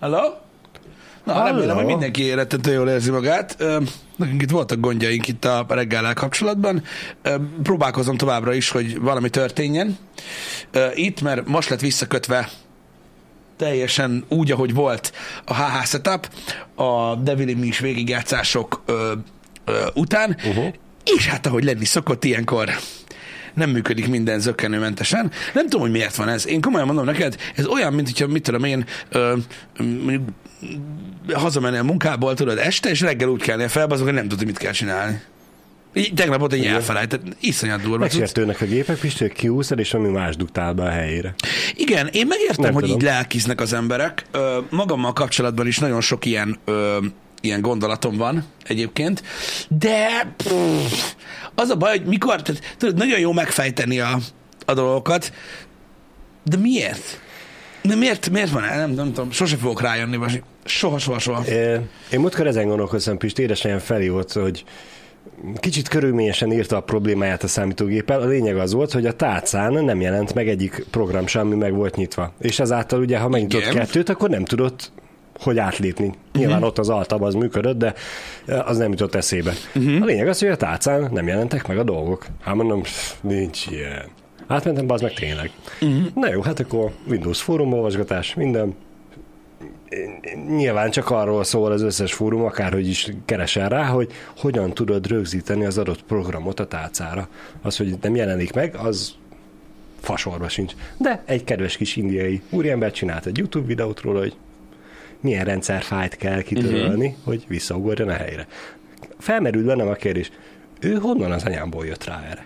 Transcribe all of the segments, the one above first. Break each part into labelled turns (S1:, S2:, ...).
S1: Hello? Na, remélem, hogy mindenki rettentően jól érzi magát. Nekünk itt voltak gondjaink itt a reggellel kapcsolatban. Próbálkozom továbbra is, hogy valami történjen itt, mert most lett visszakötve teljesen úgy, ahogy volt a HH setup a Devil in Me is végigjátszások után, és hát ahogy lenni szokott ilyenkor, nem működik minden zökkenőmentesen. Nem tudom, hogy miért van ez. Én komolyan mondom neked, ez olyan, mint hogyha, mit tudom én, mondjuk hazamenni a munkából, tudod, este, és reggel úgy kelnél fel, azok, hogy nem tudod, mit kell csinálni. Így tegnap ott egy elfelejtett, iszonyat durva.
S2: Megsértőnek a gépek, Pistő, kiúszod, és ami más dugtál be a helyére.
S1: Igen, én megértem,
S2: nem
S1: hogy
S2: tudom.
S1: így lelkiznek az emberek. Magammal kapcsolatban is nagyon sok ilyen gondolatom van egyébként, de az a baj, hogy mikor, tehát, tudod, nagyon jó megfejteni a dolgokat, de miért? De miért van? Nem tudom, sose fogok rájönni, vagy soha.
S2: Én múltkor ezen gondolkoztam, Pisti, édesanyám felhívott, hogy kicsit körülményesen írta a problémáját a számítógéppel. A lényeg az volt, hogy a tálcán nem jelent meg egyik program sem, ami meg volt nyitva. És ezáltal ugye, ha megnyitott kettőt, akkor nem tudott hogy átlépni. Nyilván ott az altab az működött, de az nem jutott eszébe. A lényeg az, hogy a tálcán nem jelentek meg a dolgok. Hát mondom, nincs ilyen. Átmentem, bazd meg tényleg. Na jó, hát akkor Windows fórum olvasgatás, minden. Nyilván csak arról szól az összes fórum, akárhogy is keresel rá, hogy hogyan tudod rögzíteni az adott programot a tálcára. Az, hogy nem jelenik meg, az fasorba sincs. De egy kedves kis indiai úriember csinált egy YouTube videót róla, hogy milyen rendszerfájt kell kitörölni, hogy visszaugorjon a helyre. Felmerült bennem a kérdés, ő honnan az anyámból jött rá erre?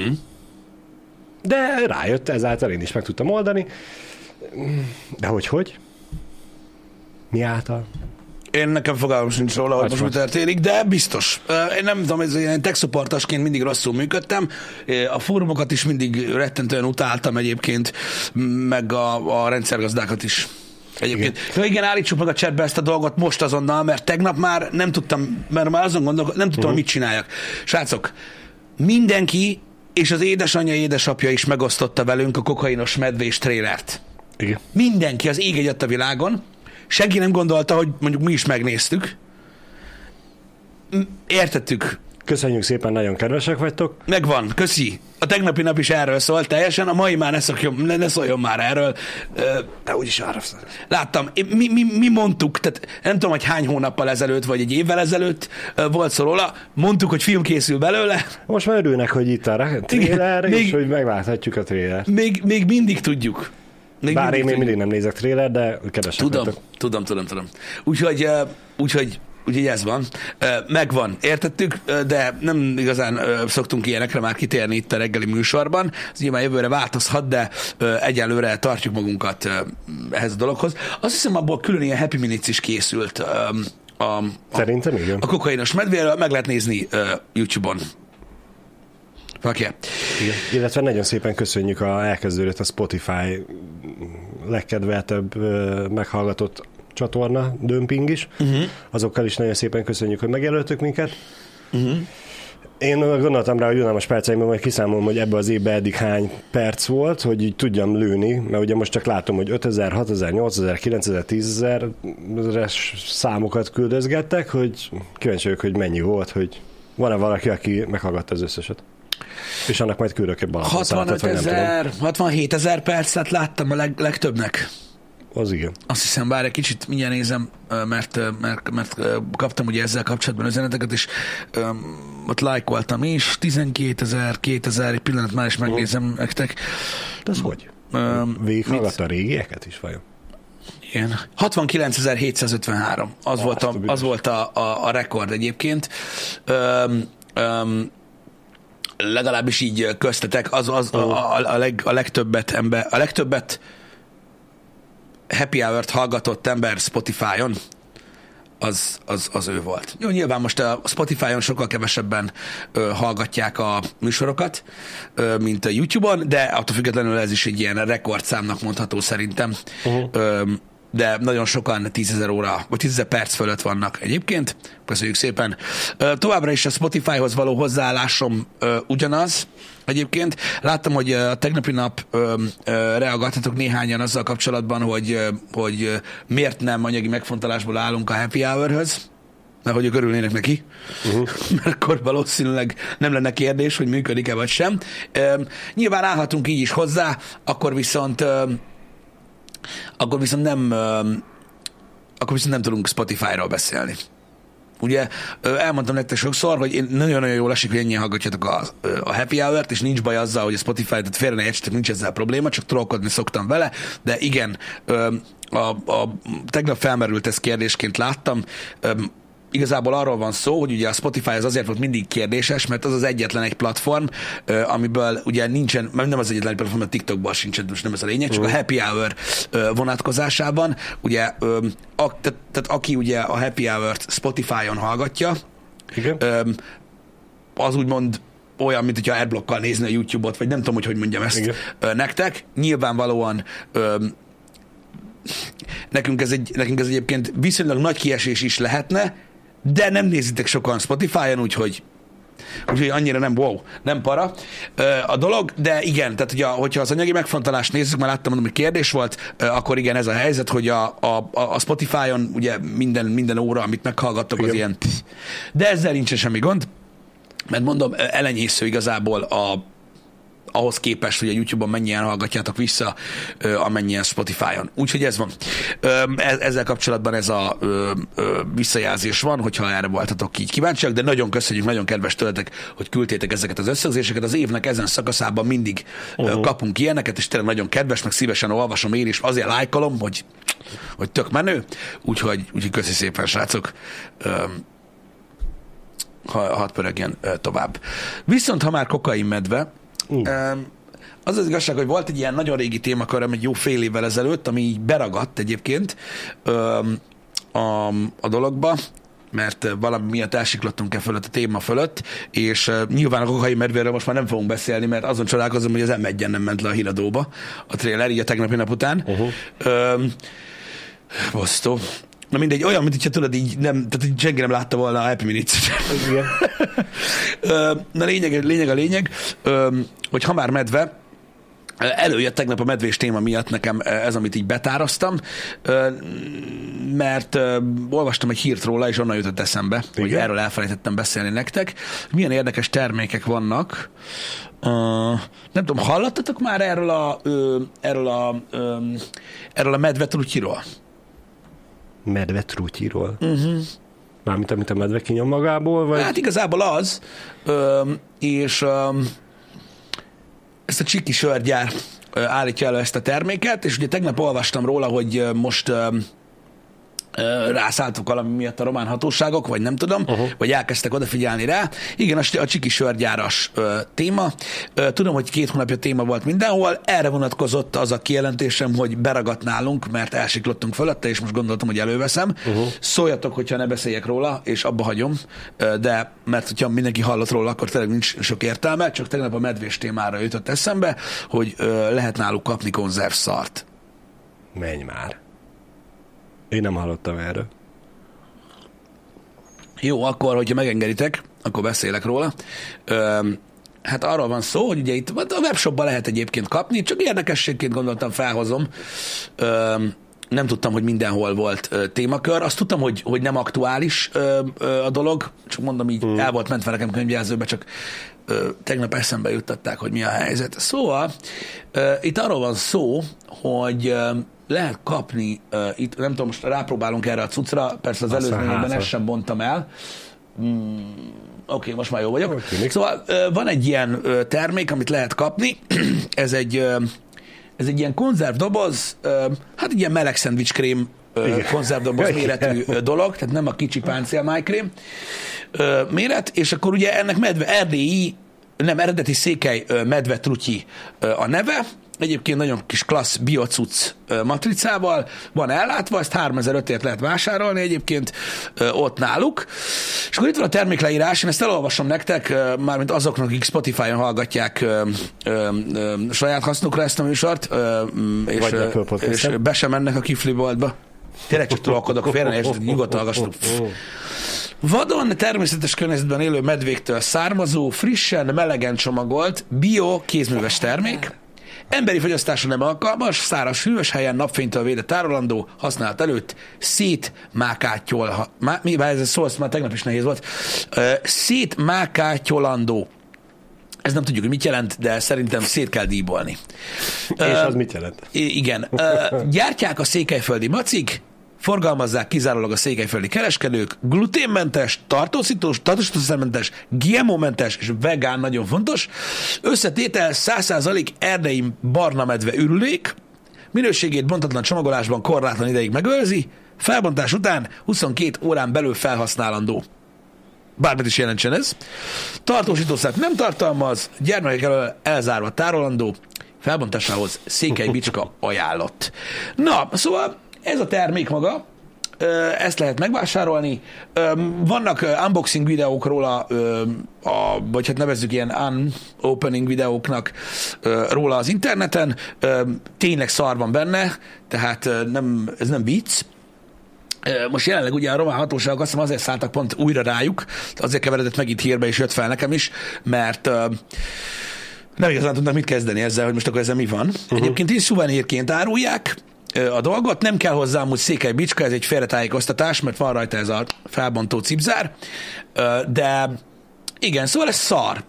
S2: De rájött, ezáltal én is meg tudtam oldani. De hogy? Mi által?
S1: Én nekem fogalmam sincs róla, hogy most mi történik, de biztos. Én nem tudom, ez ilyen tech supportasként mindig rosszul működtem. A fórumokat is mindig rettentően utáltam egyébként, meg a rendszergazdákat is. Egyébként. Igen, állítsuk meg a chatbe ezt a dolgot most azonnal, mert tegnap már nem tudtam, mert már azon gondolkodtam, nem tudtam, mit csináljak. Srácok, mindenki és az édesanyja, édesapja is megosztotta velünk a kokainos medvés trélert.
S2: Igen.
S1: Mindenki az ég egyet a világon. Senki nem gondolta, hogy mondjuk mi is megnéztük. Értettük.
S2: Köszönjük szépen, nagyon kedvesek vagytok.
S1: Megvan, köszi. A tegnapi nap is erről szólt teljesen, a mai már ne szóljon már erről.
S2: De úgyis arra.
S1: Láttam, mi mondtuk, tehát nem tudom, hogy hány hónappal ezelőtt, vagy egy évvel ezelőtt volt szó róla, mondtuk, hogy film készül belőle.
S2: Most már örülnek, hogy itt a trailer, és hogy megválthatjuk a trailert.
S1: Még mindig tudjuk.
S2: Bár én még mindig nem nézek trailer, de kedvesek vagytok.
S1: Tudom. Úgyhogy ez van. Megvan, értettük, de nem igazán szoktunk ilyenekre már kitérni itt a reggeli műsorban. Ez nyilván jövőre változhat, de egyelőre tartjuk magunkat ehhez a dologhoz. Azt hiszem, abból külön ilyen Happy Minutes is készült.
S2: Szerintem igen.
S1: A kokainos medvéről meg lehet nézni YouTube-on. Okay.
S2: Igen. Illetve nagyon szépen köszönjük, elkezdődött a Spotify legkedveltebb meghallgatott csatorna, Dömping is. Azokkal is nagyon szépen köszönjük, hogy megjelöltök minket. Én gondoltam rá, hogy unalmas perceimben majd kiszámolom, hogy ebbe az évben eddig hány perc volt, hogy így tudjam lőni, mert ugye most csak látom, hogy 5000, 6000, 8000, 9000, 10.000-es számokat küldözgettek, hogy kíváncsi vagyok, hogy mennyi volt, hogy van-e valaki, aki meghallgatta az összeset. És annak majd küldök egy balantot.
S1: 67 000 percet láttam a legtöbbnek.
S2: Az igen.
S1: Azt hiszem, bár egy kicsit mindjárt nézem, mert kaptam ugye ezzel kapcsolatban üzeneteket, és ott lájkoltam is, 12 000, 2000, egy pillanat már is megnézem nektek.
S2: De az hogy? Végighallgatta a régieket is, vajon?
S1: Igen. 69.753. Az volt a rekord egyébként. Legalábbis így köztetek, a legtöbbet Happy Hour-t hallgatott ember Spotify-on, az ő volt. Jó, nyilván most a Spotify-on sokkal kevesebben hallgatják a műsorokat, mint a YouTube-on, de attól függetlenül ez is egy ilyen rekordszámnak mondható szerintem. de nagyon sokan 10.000 óra, vagy 10.000 perc fölött vannak egyébként. Köszönjük szépen. Továbbra is a Spotifyhoz való hozzáállásom ugyanaz. Egyébként láttam, hogy a tegnapi nap reagáltatok néhányan azzal kapcsolatban, hogy miért nem anyagi megfontolásból állunk a happy hour-höz, mert hogy ők örülnének neki, mert akkor valószínűleg nem lenne kérdés, hogy működik-e vagy sem. Nyilván állhatunk így is hozzá, akkor viszont nem tudunk Spotify-ról beszélni. Ugye elmondtam nektek sokszor, hogy én nagyon-nagyon jól esik, hogy ennyien hallgatjátok a happy hour-t, és nincs baj azzal, hogy a Spotify, tehát félre ne értsetek, nincs ezzel probléma, csak trollkodni szoktam vele, de igen, tegnap felmerült ez kérdésként láttam, igazából arról van szó, hogy ugye a Spotify az azért volt mindig kérdéses, mert az az egyetlen egy platform, amiből ugye nincsen, nem az egyetlen egy platform, a TikTokban sincsen, most nem ez a lényeg, csak a happy hour vonatkozásában, ugye, tehát aki ugye a happy hour-t Spotify-on hallgatja,
S2: igen.
S1: Az úgymond olyan, mint hogyha adblockkal nézni a YouTube-ot, vagy nem tudom, hogy mondjam ezt igen. Nektek. Nyilvánvalóan nekünk ez egyébként viszonylag nagy kiesés is lehetne, de nem nézitek sokan Spotify-on, úgyhogy annyira nem wow, nem para a dolog, de igen, tehát hogyha az anyagi megfontolást nézzük, már láttam, hogy kérdés volt, akkor igen, ez a helyzet, hogy a Spotify-on ugye minden óra, amit meghallgattok, igen. Az ilyen de ezzel nincsen semmi gond, mert mondom, elenyésző igazából ahhoz képest, hogy a YouTube-on mennyien hallgatjátok vissza, amennyien Spotify-on. Úgyhogy ez van. Ezzel kapcsolatban ez a visszajelzés van, hogyha erre voltatok így kíváncsiak, de nagyon köszönjük, nagyon kedves tőletek, hogy küldtétek ezeket az összegzéseket. Az évnek ezen szakaszában mindig kapunk ilyeneket, és tényleg nagyon kedves, meg szívesen olvasom én is, azért lájkolom, hogy tök menő. Úgyhogy köszi szépen, srácok. Hadd pörögjen tovább. Viszont, ha már kokainmedve, az igazság, hogy volt egy ilyen nagyon régi témaköröm egy jó fél évvel ezelőtt, ami így beragadt egyébként a dologba, mert valami miatt elsiklottunk fölött a téma fölött, és nyilván a kokainmedvéről most már nem fogunk beszélni, mert azon csodálkozom, hogy az M1-en nem ment le a híradóba a trailer, így a tegnapi nap után. Bosztó. Na mindegy, olyan, mint hogyha tudod így, tehát senki nem látta volna a Happy Minutes. Na lényeg, hogy ha már medve, előjött tegnap a medvés téma miatt nekem ez, amit így betáraztam, mert olvastam egy hírt róla, és onnan jutott eszembe, igen. Hogy erről elfelejtettem beszélni nektek. Milyen érdekes termékek vannak. Nem tudom, hallottatok már erről a medvetrutyiról?
S2: Medvetrutyiról? Mármint, amit a medve kinyom magából? Vagy?
S1: Hát igazából az, és ezt a Csiki sörgyár állítja elő ezt a terméket, és ugye tegnap olvastam róla, hogy most rászálltuk valami miatt a román hatóságok, vagy nem tudom, vagy elkezdtek odafigyelni rá. Igen, a Csiki sörgyáras téma. Tudom, hogy 2 hónapja téma volt mindenhol. Erre vonatkozott az a kijelentésem, hogy beragadt nálunk, mert elsiklottunk fölötte, és most gondoltam, hogy előveszem. Szóljatok, hogyha ne beszéljek róla, és abba hagyom, de mert hogyha mindenki hallott róla, akkor tényleg nincs sok értelme, csak tegnap a medvés témára jutott eszembe, hogy lehet náluk kapni konzervszart.
S2: Menj már. Én nem hallottam erről.
S1: Jó, akkor, hogyha megengeditek, akkor beszélek róla. Hát arról van szó, hogy ugye itt a webshopban lehet egyébként kapni, csak érdekességként gondoltam, felhozom. Nem tudtam, hogy mindenhol volt témakör. Azt tudtam, hogy nem aktuális a dolog, csak mondom így, el volt mentve nekem könyvjelzőbe, csak tegnap eszembe juttatták, hogy mi a helyzet. Szóval itt arról van szó, hogy lehet kapni, itt nem tudom, most rápróbálunk erre a cuccra, persze az előzményben ezt sem bontam el. Oké, most már jó vagyok. Szóval van egy ilyen termék, amit lehet kapni, ez egy ilyen konzervdoboz, hát egy ilyen meleg szendvicskrém konzervdoboz méretű dolog, tehát nem a kicsi páncélmájkrém méret, és akkor ugye ennek eredeti székely medvetrutyi a neve, egyébként nagyon kis klassz biocuc matricával van ellátva, ezt 3500-ért lehet vásárolni egyébként ott náluk. És akkor itt van a termékleírás, én ezt elolvasom nektek, mármint azoknak, akik Spotify-on hallgatják saját hasznukra ezt a műsort, és be sem mennek a kifliboltba. Tényleg csak trollkodok, félre ne érted, nyugodtan hallgassuk. Vadon, természetes környezetben élő medvéktől származó, frissen, melegen csomagolt, bio kézműves termék. Emberi fogyasztásra nem alkalmas, száraz, hűvös helyen, napfénytől védett tárolandó, használat előtt ez szó, már tegnap is nehéz volt. Szétmákátyolandó. Ez nem tudjuk, hogy mit jelent, de szerintem szét kell díbolni.
S2: És az mit jelent?
S1: Igen. Gyártják a székelyföldi macik, forgalmazzák kizárólag a székelyföldi kereskedők, gluténmentes, tartósítószermentes, GMO-mentes és vegán, nagyon fontos. Összetétel 100% erdei barna medve ürülék, minőségét bontatlan csomagolásban korlátlan ideig megőrzi, felbontás után 22 órán belül felhasználandó. Bármit is jelentsen ez. Tartósítószert nem tartalmaz, gyermekek elől elzárva tárolandó, felbontásához székely bicska ajánlott. Na, szóval ez a termék maga, ezt lehet megvásárolni. Vannak unboxing videók róla, vagy hát nevezzük ilyen unopening videóknak róla az interneten. Tényleg szar van benne, tehát ez nem vicc. Most jelenleg ugye a román hatóságok azt hiszem azért szálltak pont újra rájuk, azért keveredett megint hírbe és jött fel nekem is, mert nem igazán tudnak mit kezdeni ezzel, hogy most akkor ezzel mi van. Egyébként is szuvenírként árulják a dolgot, nem kell hozzá amúgy székely bicska, ez egy félretájékoztatás, mert van rajta ez a felbontó cipzár, de igen, szóval ez szar.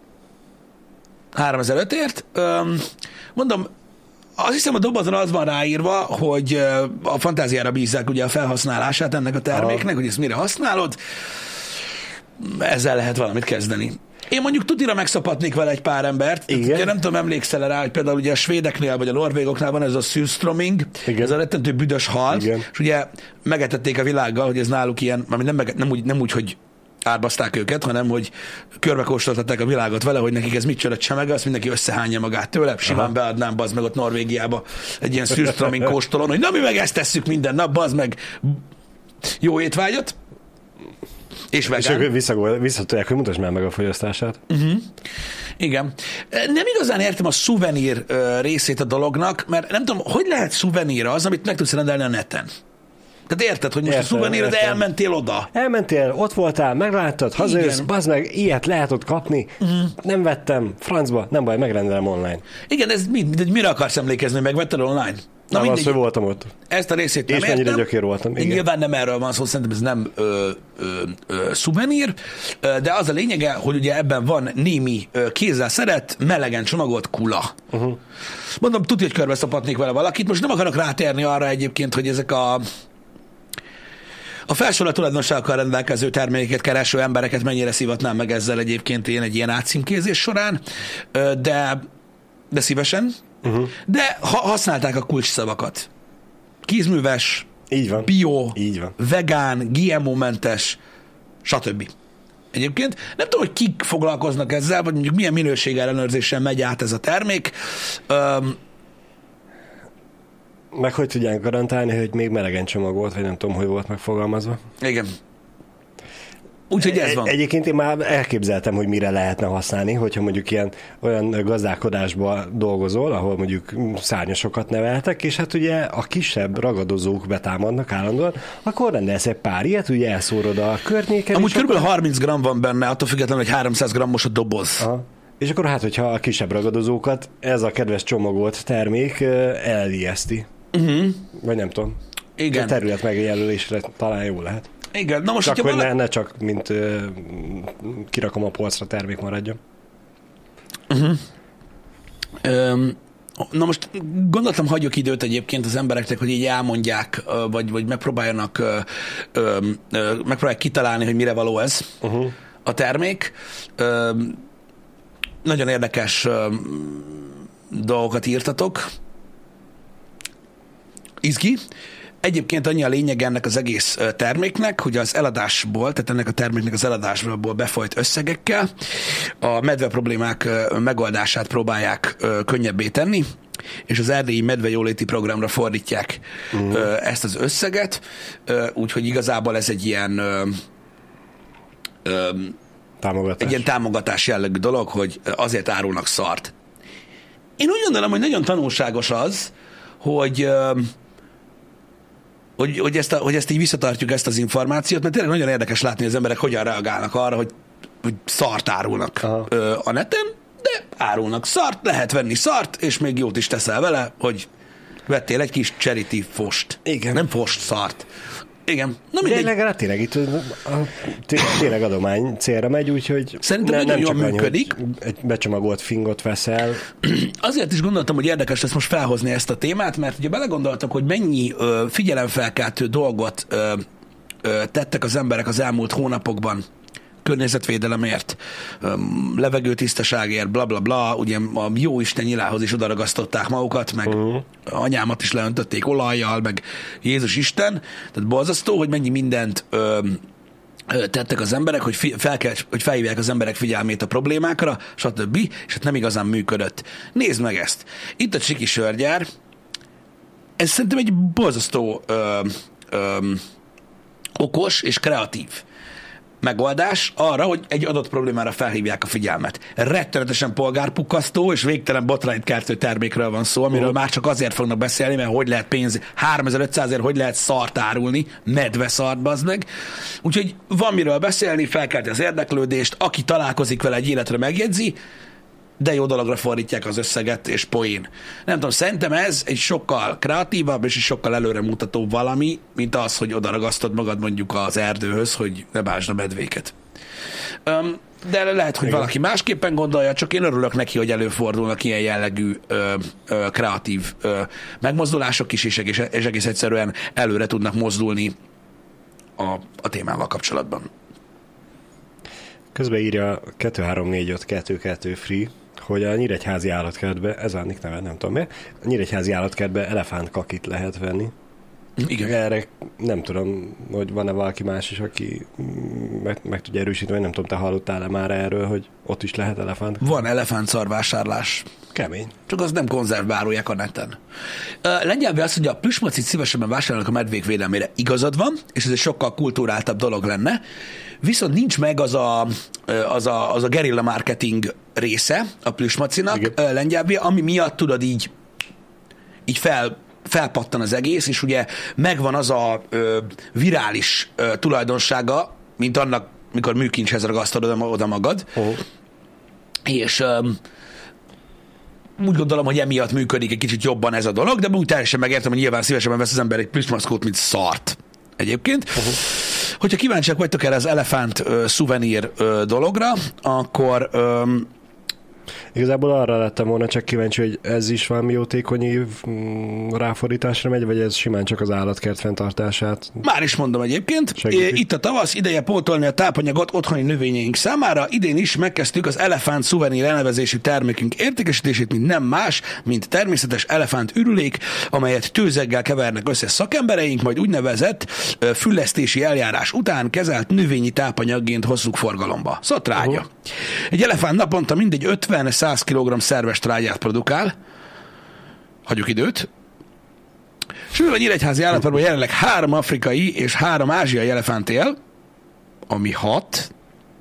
S1: 3500-ért. Mondom, azt hiszem a dobozon az van ráírva, hogy a fantáziára bízzák ugye a felhasználását ennek a terméknek, hogy ezt mire használod. Ezzel lehet valamit kezdeni. Én mondjuk tutira megszapatnék vele egy pár embert. Ugye nem tudom, emlékszel rá, hogy például ugye a svédeknél vagy a norvégoknál van ez a surströmming, ez a rettentő büdös hal, és ugye megetették a világgal, hogy ez náluk ilyen, nem úgy, hogy árbaszták őket, hanem hogy körbekóstoltatták a világot vele, hogy nekik ez mit csinál csemege, azt mindenki összehányja magát tőle, simán beadnám, bazd meg ott Norvégiába egy ilyen surströmming kóstolón, hogy na mi meg ezt tesszük minden nap, bazd meg, jó étvágyat, és vegán.
S2: És visszatolják, hogy mutasd már meg a fogyasztását.
S1: Igen. Nem igazán értem a szuvenír részét a dolognak, mert nem tudom, hogy lehet szuvenír az, amit meg tudsz rendelni a neten. Tehát érted, hogy most a szuvenír, de elmentél oda.
S2: Elmentél, ott voltál, megláttad, hazajössz, bazd meg, ilyet lehet ott kapni. Nem vettem, francba, nem baj, megrendelem online.
S1: Igen, ez mire akarsz emlékezni, hogy megvetted online?
S2: Na nem az, hogy voltam ott.
S1: Ezt a részét nem
S2: és
S1: értem. És
S2: mennyire gyökér voltam. Igen.
S1: Nyilván nem erről van szó, szerintem ez nem szuvenír, de az a lényege, hogy ugye ebben van némi kézzel szedett, melegen csomagolt kula. Mondom, tudja, hogy körbe szapatnék vele valakit. Most nem akarok rátérni arra egyébként, hogy ezek a felsorolt tulajdonságokkal rendelkező termékeket kereső embereket mennyire szivatnám meg ezzel egyébként én egy ilyen átcímkézés során, de szívesen. De használták a kulcsszavakat. Kézműves,
S2: így van.
S1: bio,
S2: így van.
S1: Vegán, GMO-mentes, stb. Egyébként nem tudom, hogy kik foglalkoznak ezzel, vagy mondjuk milyen minőségellenőrzéssel megy át ez a termék.
S2: Meg hogy tudják garantálni, hogy még melegen csomagolt, vagy nem tudom, hogy volt megfogalmazva.
S1: Igen. Úgyhogy ez van.
S2: Egyébként én már elképzeltem, hogy mire lehetne használni, hogyha mondjuk olyan gazdálkodásban dolgozol, ahol mondjuk szárnyasokat neveltek, és hát ugye a kisebb ragadozók betámadnak állandóan, akkor rendelsz egy pár ilyet, ugye elszórod a környéken.
S1: Amúgy kb. 30 g van benne, attól függetlenül, hogy 300 g-os a doboz.
S2: Aha. És akkor hát, hogyha a kisebb ragadozókat ez a kedves csomagolt termék elijeszti. Vagy nem tudom.
S1: Igen.
S2: A terület megjelölésre talán jó lehet.
S1: Igen. Na most,
S2: csak hogy ne csak, mint kirakom a polcra termék maradjon.
S1: Na most gondoltam, hagyjuk időt egyébként az embereknek, hogy így elmondják, vagy megpróbáljanak megpróbálják kitalálni, hogy mire való ez a termék. Nagyon érdekes dolgokat írtatok. Izgi. Egyébként annyi a lényeg ennek az egész terméknek, hogy az eladásból, tehát ennek a terméknek az eladásból befolyt összegekkel a medve problémák megoldását próbálják könnyebbé tenni. és az erdélyi medvejóléti programra fordítják ezt az összeget, úgyhogy igazából ez egy ilyen támogatás jellegű dolog, hogy azért árulnak szart. Én úgy gondolom, hogy nagyon tanulságos az, hogy ezt így visszatartjuk, ezt az információt, mert tényleg nagyon érdekes látni, hogy az emberek hogyan reagálnak arra, hogy szart árulnak a neten, de árulnak szart, lehet venni szart, és még jót is teszel vele, hogy vettél egy kis charity fost.
S2: Igen.
S1: Nem fost, szart. Igen.
S2: Na mindegy. De legalább tényleg itt tényleg adomány célra megy, úgyhogy
S1: szerintem nagyon jól működik.
S2: Egy becsomagolt fingot veszel.
S1: Azért is gondoltam, hogy érdekes lesz most felhozni ezt a témát, mert ugye belegondoltak, hogy mennyi figyelemfelkeltő dolgot tettek az emberek az elmúlt hónapokban környezetvédelemért, levegőtisztaságért, bla bla bla, ugye a jóisten nyilához is odaragasztották magukat, meg anyámat is leöntötték olajjal, meg Jézus Isten, tehát borzasztó, hogy mennyi mindent tettek az emberek, hogy felhívják az emberek figyelmét a problémákra, stb., és hát nem igazán működött. Nézd meg ezt. Itt a Csiki Sörgyár, ez szerintem egy borzasztó okos és kreatív megoldás arra, hogy egy adott problémára felhívják a figyelmet. Rettenetesen polgárpukkasztó és végtelen botrányt keltő termékről van szó, amiről már csak azért fognak beszélni, mert hogy lehet 3500-ért hogy lehet szart árulni, medve szart, bazd meg. Úgyhogy van miről beszélni, felkelti az érdeklődést, aki találkozik vele egy életre megjegyzi, de jó dologra fordítják az összeget, és poén. Nem tudom, szerintem ez egy sokkal kreatívabb és egy sokkal előremutatóbb valami, mint az, hogy odaragasztod magad mondjuk az erdőhöz, hogy ne básd a medvéket. De lehet, hogy valaki másképpen gondolja, csak én örülök neki, hogy előfordulnak ilyen jellegű kreatív megmozdulások is, és egész egyszerűen előre tudnak mozdulni a témával kapcsolatban.
S2: Közben írja 234522 free, hogy a Nyíregyházi állatkertbe, ez a nick neve, nem tudom miért, a Nyíregyházi állatkertbe elefántkakit lehet venni.
S1: Igen.
S2: Erre nem tudom, hogy van-e valaki más is, aki meg tudja erősíteni, vagy nem tudom, te hallottál-e már erről, hogy ott is lehet elefánt?
S1: Van elefántszarvásárlás.
S2: Kemény.
S1: Csak azt nem konzervárulják a neten. Lengyelben azt mondja, a plüsmacit szívesebben vásárolnak a medvék védelmére. Igazad van, és ez egy sokkal kulturáltabb dolog lenne. Viszont nincs meg az a gerilla marketing része a plüsmacinak Lengyelben, ami miatt tudod így felpattan az egész, és ugye megvan az a virális tulajdonsága, mint annak, mikor műkincshez ragasztod oda magad. És úgy gondolom, hogy emiatt működik egy kicsit jobban ez a dolog, de úgy teljesen megértem, hogy nyilván szívesebben vesz az ember egy plüsmaszkót, mint szart egyébként. Hogyha kíváncsiak vagytok erre az elefánt szuvenír dologra, akkor
S2: igazából arra lettem volna csak kíváncsi, hogy ez is valami jótékony ráfordításra megy, vagy ez simán csak az állatkert fenntartását?
S1: Már is mondom egyébként. Segítik. Itt a tavasz, ideje pótolni a tápanyagot otthoni növényeink számára. Idén is megkezdtük az elefánt szuvenír elnevezésű termékünk értékesítését, mint nem más, mint természetes elefánt ürülék, amelyet tőzeggel kevernek össze szakembereink, majd úgynevezett füllesztési eljárás után kezelt növényi tápanyagként hozzuk forgalomba. Szóval trágya. Egy elefánt naponta mindegy 50-100 kg szerves trágyát produkál. Hagyjuk időt. És mivel a Nyíregyházi állatparkban jelenleg 3 afrikai és 3 ázsiai elefánt él, ami 6,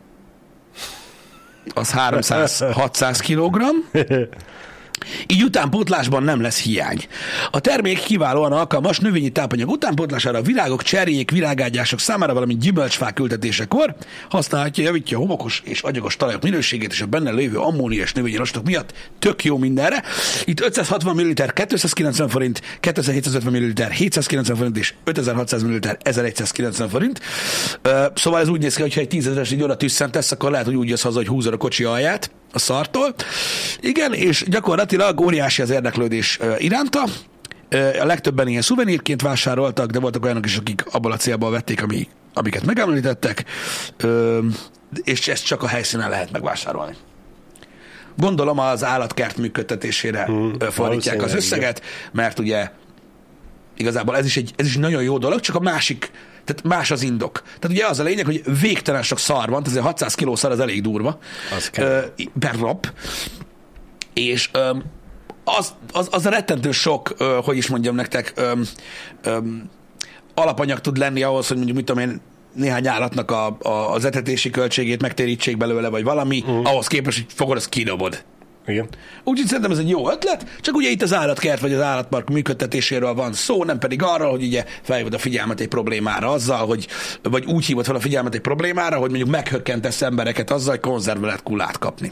S1: az 300-600 kg, így utánpótlásban nem lesz hiány. A termék kiválóan alkalmas növényi tápanyag utánpótlására, a virágok, cserjék, virágágyások számára, valamint gyümölcsfák ültetésekor használhatja, javítja a homokos és agyagos talajok minőségét, és a benne lévő ammóniás növényi rostok miatt tök jó mindenre. Itt 560 ml 290 forint, 2750 ml 790 forint, és 5600 ml 1190 forint. Szóval ez úgy néz ki, hogyha egy 10 000-es így oda tüsszentesz, akkor lehet, hogy úgy jössz haza, hogy húzod a kocsi alját a szartól. Igen, és gyakorlatilag óriási az érdeklődés iránta. A legtöbben ilyen szuvenírként vásároltak, de voltak olyanok is, akik abból a célból vették, amiket megemlítettek, és ezt csak a helyszínen lehet megvásárolni. Gondolom az állatkert működtetésére fordítják az összeget, mert ugye igazából ez is egy nagyon jó dolog, csak a másik, tehát más az indok. Tehát ugye az a lényeg, hogy végtelen sok szar van, tehát 600 kiló szar az elég durva per nap, és az a rettentő sok, hogy is mondjam nektek, alapanyag tud lenni ahhoz, hogy mondjuk, mit tudom én, néhány állatnak az etetési költségét megtérítsék belőle, vagy valami, ahhoz képest, hogy fogod, azt kidobod.
S2: Igen.
S1: Úgyhogy szerintem ez egy jó ötlet, csak ugye itt az állatkert vagy az állatpark működtetéséről van szó, nem pedig arról, hogy ugye felhívod a figyelmet egy problémára azzal, vagy úgy hívod fel a figyelmet egy problémára, hogy mondjuk meghökkentesz embereket azzal, hogy konzervbe lehet kullát kapni.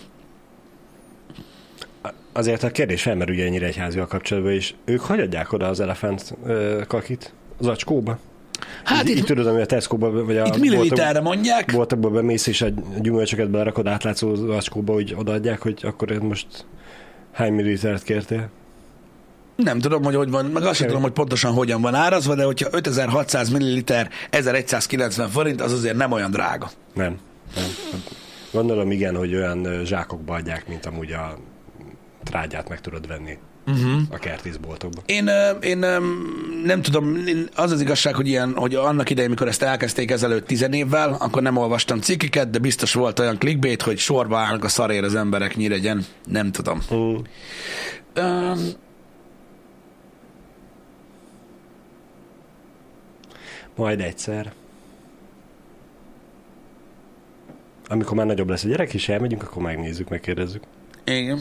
S2: Azért a kérdés felmerül ugye Nyíregyházival kapcsolatban is. Ők hogy adják oda az elefánt kakit? Az acskóba? Hát itt tudod, hogy a Tesco-ba, vagy
S1: itt milliliterre mondják.
S2: Boltokba bemész, és a gyümölcsöket belerakod átlátszó acskóba, hogy odaadják, hogy akkor most hány millilitert kértél?
S1: Nem tudom, hogy van, meg azt sem tudom, hogy pontosan hogyan van árazva, de hogyha 5600 milliliter 1190 forint, az azért nem olyan drága.
S2: Nem. Gondolom igen, hogy olyan zsákokba adják, mint amúgy a trágyát meg tudod venni a kertészboltokban.
S1: Én nem tudom, az az igazság, hogy annak idején, mikor ezt elkezdték ezelőtt 10 évvel, akkor nem olvastam cikkeket, de biztos volt olyan clickbait, hogy sorba állnak a szarér az emberek Nyíregyen. Nem tudom.
S2: Majd egyszer. Amikor már nagyobb lesz a gyerek, és elmegyünk, akkor megnézzük, megkérdezzük.
S1: Igen.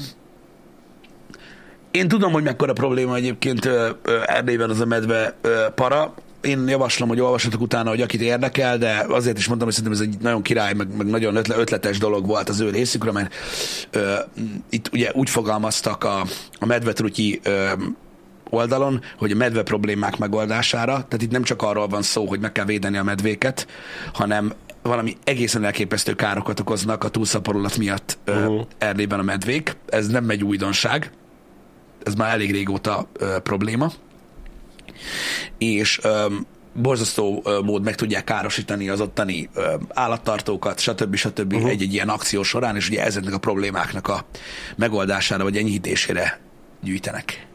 S1: Én tudom, hogy mekkora probléma egyébként Erdélyben az a medve para. Én javaslom, hogy olvassatok utána, hogy akit érdekel, de azért is mondtam, hogy szerintem ez egy nagyon király, meg nagyon ötletes dolog volt az ő részükre, mert itt ugye úgy fogalmaztak a medvetrutyi oldalon, hogy a medve problémák megoldására, tehát itt nem csak arról van szó, hogy meg kell védeni a medvéket, hanem valami egészen elképesztő károkat okoznak a túlszaporulat miatt Erdélyben a medvék. Ez nem egy újdonság. Ez már elég régóta probléma. És borzasztó mód meg tudják károsítani az ottani állattartókat, stb. Egy-egy ilyen akció során, és ugye ezeknek a problémáknak a megoldására vagy enyhítésére gyűjtenek.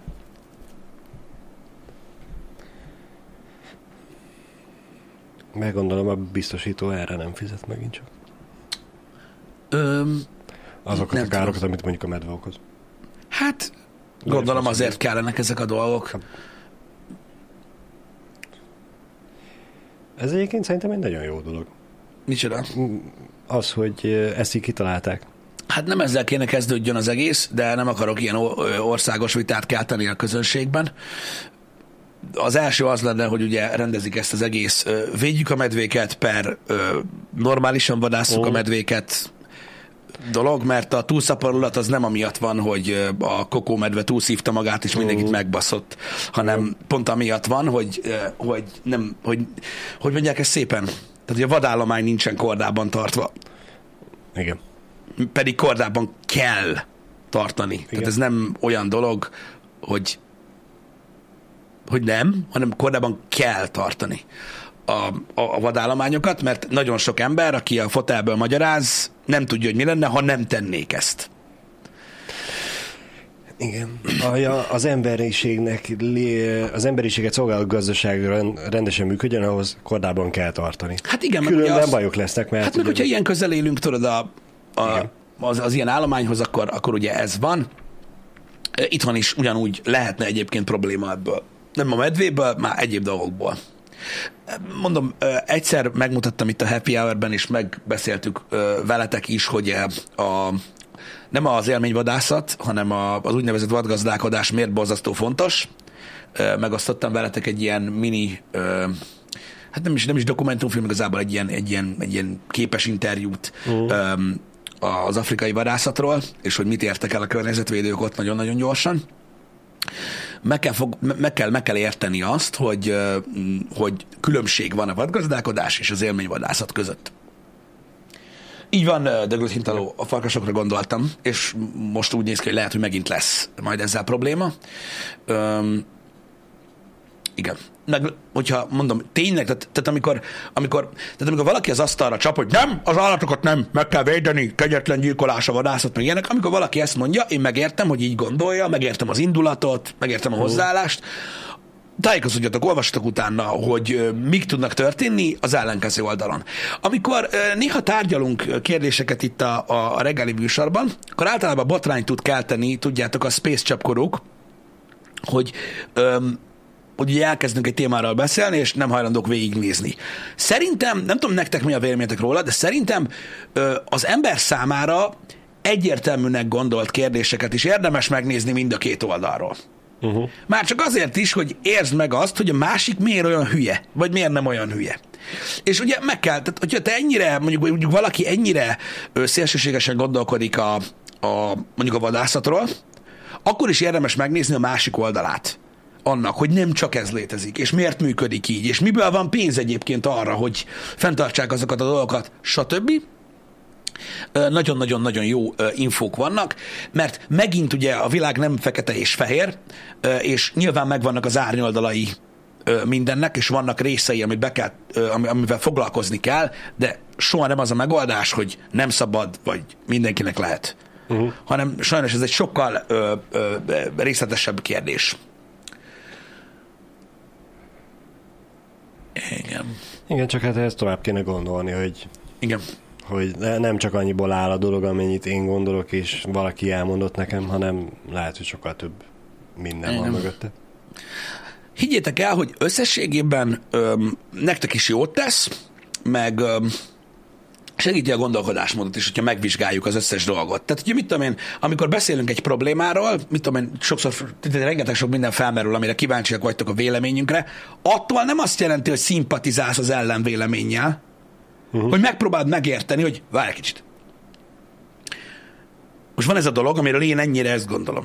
S2: Meggondolom, a biztosító erre nem fizet megint csak. Azokat a károkat, amit mondjuk a medve okoz.
S1: Hát, gondolom azért kellenek ezek a dolgok.
S2: Ez egyébként szerintem egy nagyon jó dolog.
S1: Micsoda?
S2: Az, hogy ezt így kitalálták.
S1: Hát nem ezzel kéne kezdődjön az egész, de nem akarok ilyen országos vitát kelteni a közönségben. Az első az lenne, hogy ugye rendezik ezt az egész, védjük a medvéket, normálisan vadásszuk a medvéket dolog, mert a túlszaporulat az nem amiatt van, hogy a kokómedve túlszívta magát, és mindenkit megbaszott, hanem pont amiatt van, hogy mondják ezt szépen, tehát hogy a vadállomány nincsen kordában tartva.
S2: Igen.
S1: Pedig kordában kell tartani. Igen. Tehát ez nem olyan dolog, hogy nem, hanem kordában kell tartani a vadállományokat, mert nagyon sok ember, aki a fotelből magyaráz, nem tudja, hogy mi lenne, ha nem tennék ezt.
S2: Igen. Az emberiséget szolgáló gazdaságra rendesen működjön, ahhoz kordában kell tartani.
S1: Hát igen,
S2: különben bajok lesznek, mert...
S1: Hát meg, hogyha ilyen közel élünk, tudod, az ilyen állományhoz, akkor ugye ez van. Itthon is ugyanúgy lehetne egyébként probléma ebből. Nem a medvéből, már egyéb dolgokból. Mondom, egyszer megmutattam itt a Happy Hour-ben, és megbeszéltük veletek is, hogy nem az élményvadászat, hanem az úgynevezett vadgazdálkodás miért borzasztó fontos. Megosztottam veletek egy ilyen mini, hát nem is dokumentumfilm, igazából egy ilyen képes interjút az afrikai vadászatról, és hogy mit értek el a környezetvédők ott nagyon-nagyon gyorsan. Meg kell érteni azt, hogy különbség van a vadgazdálkodás és az élményvadászat között. Így van, Douglas Hintaló, a farkasokra gondoltam, és most úgy néz ki, hogy lehet, hogy megint lesz majd ezzel probléma. Igen. Meg, hogyha mondom, tényleg, tehát amikor valaki az asztalra csap, hogy nem, az állatokat nem, meg kell védeni, kegyetlen gyilkolás, a vadászat, meg ilyenek, amikor valaki ezt mondja, én megértem, hogy így gondolja, megértem az indulatot, megértem a hozzáállást, tájékozódjatok, olvassatok utána, hogy mik tudnak történni az ellenkező oldalon. Amikor néha tárgyalunk kérdéseket itt a reggeli műsorban, akkor általában botrányt tud kelteni, tudjátok, a space csapkodók, hogy ugye elkezdünk egy témáról beszélni, és nem hajlandók végignézni. Szerintem, nem tudom nektek mi a véleményetek róla, de szerintem az ember számára egyértelműnek gondolt kérdéseket is érdemes megnézni mind a két oldalról. Már csak azért is, hogy érzd meg azt, hogy a másik miért olyan hülye, vagy miért nem olyan hülye. És ugye meg kell, tehát hogyha te ennyire, mondjuk valaki ennyire szélsőségesen gondolkodik mondjuk a vadászatról, akkor is érdemes megnézni a másik oldalát annak, hogy nem csak ez létezik, és miért működik így, és miből van pénz egyébként arra, hogy fenntartsák azokat a dolgokat, stb. Nagyon-nagyon-nagyon jó infók vannak, mert megint ugye a világ nem fekete és fehér, és nyilván megvannak az árnyoldalai mindennek, és vannak részei, amivel foglalkozni kell, de soha nem az a megoldás, hogy nem szabad, vagy mindenkinek lehet. Hanem sajnos ez egy sokkal részletesebb kérdés. Igen.
S2: Igen, csak hát ezt tovább kéne gondolni, hogy
S1: igen.
S2: Hogy nem csak annyiból áll a dolog, amennyit én gondolok, és valaki elmondott nekem, hanem lehet, hogy sokkal több minden van mögötte.
S1: Higgyétek el, hogy összességében nektek is jót tesz, meg segíti a gondolkodásmódot is, hogyha megvizsgáljuk az összes dolgot. Tehát, ugye mit tudom én, amikor beszélünk egy problémáról, mit tudom én, sokszor, rengeteg sok minden felmerül, amire kíváncsiak vagytok a véleményünkre, attól nem azt jelenti, hogy szimpatizálsz az ellenvéleménnyel, hogy megpróbáld megérteni, hogy várj egy kicsit. Most van ez a dolog, amiről én ennyire ezt gondolom.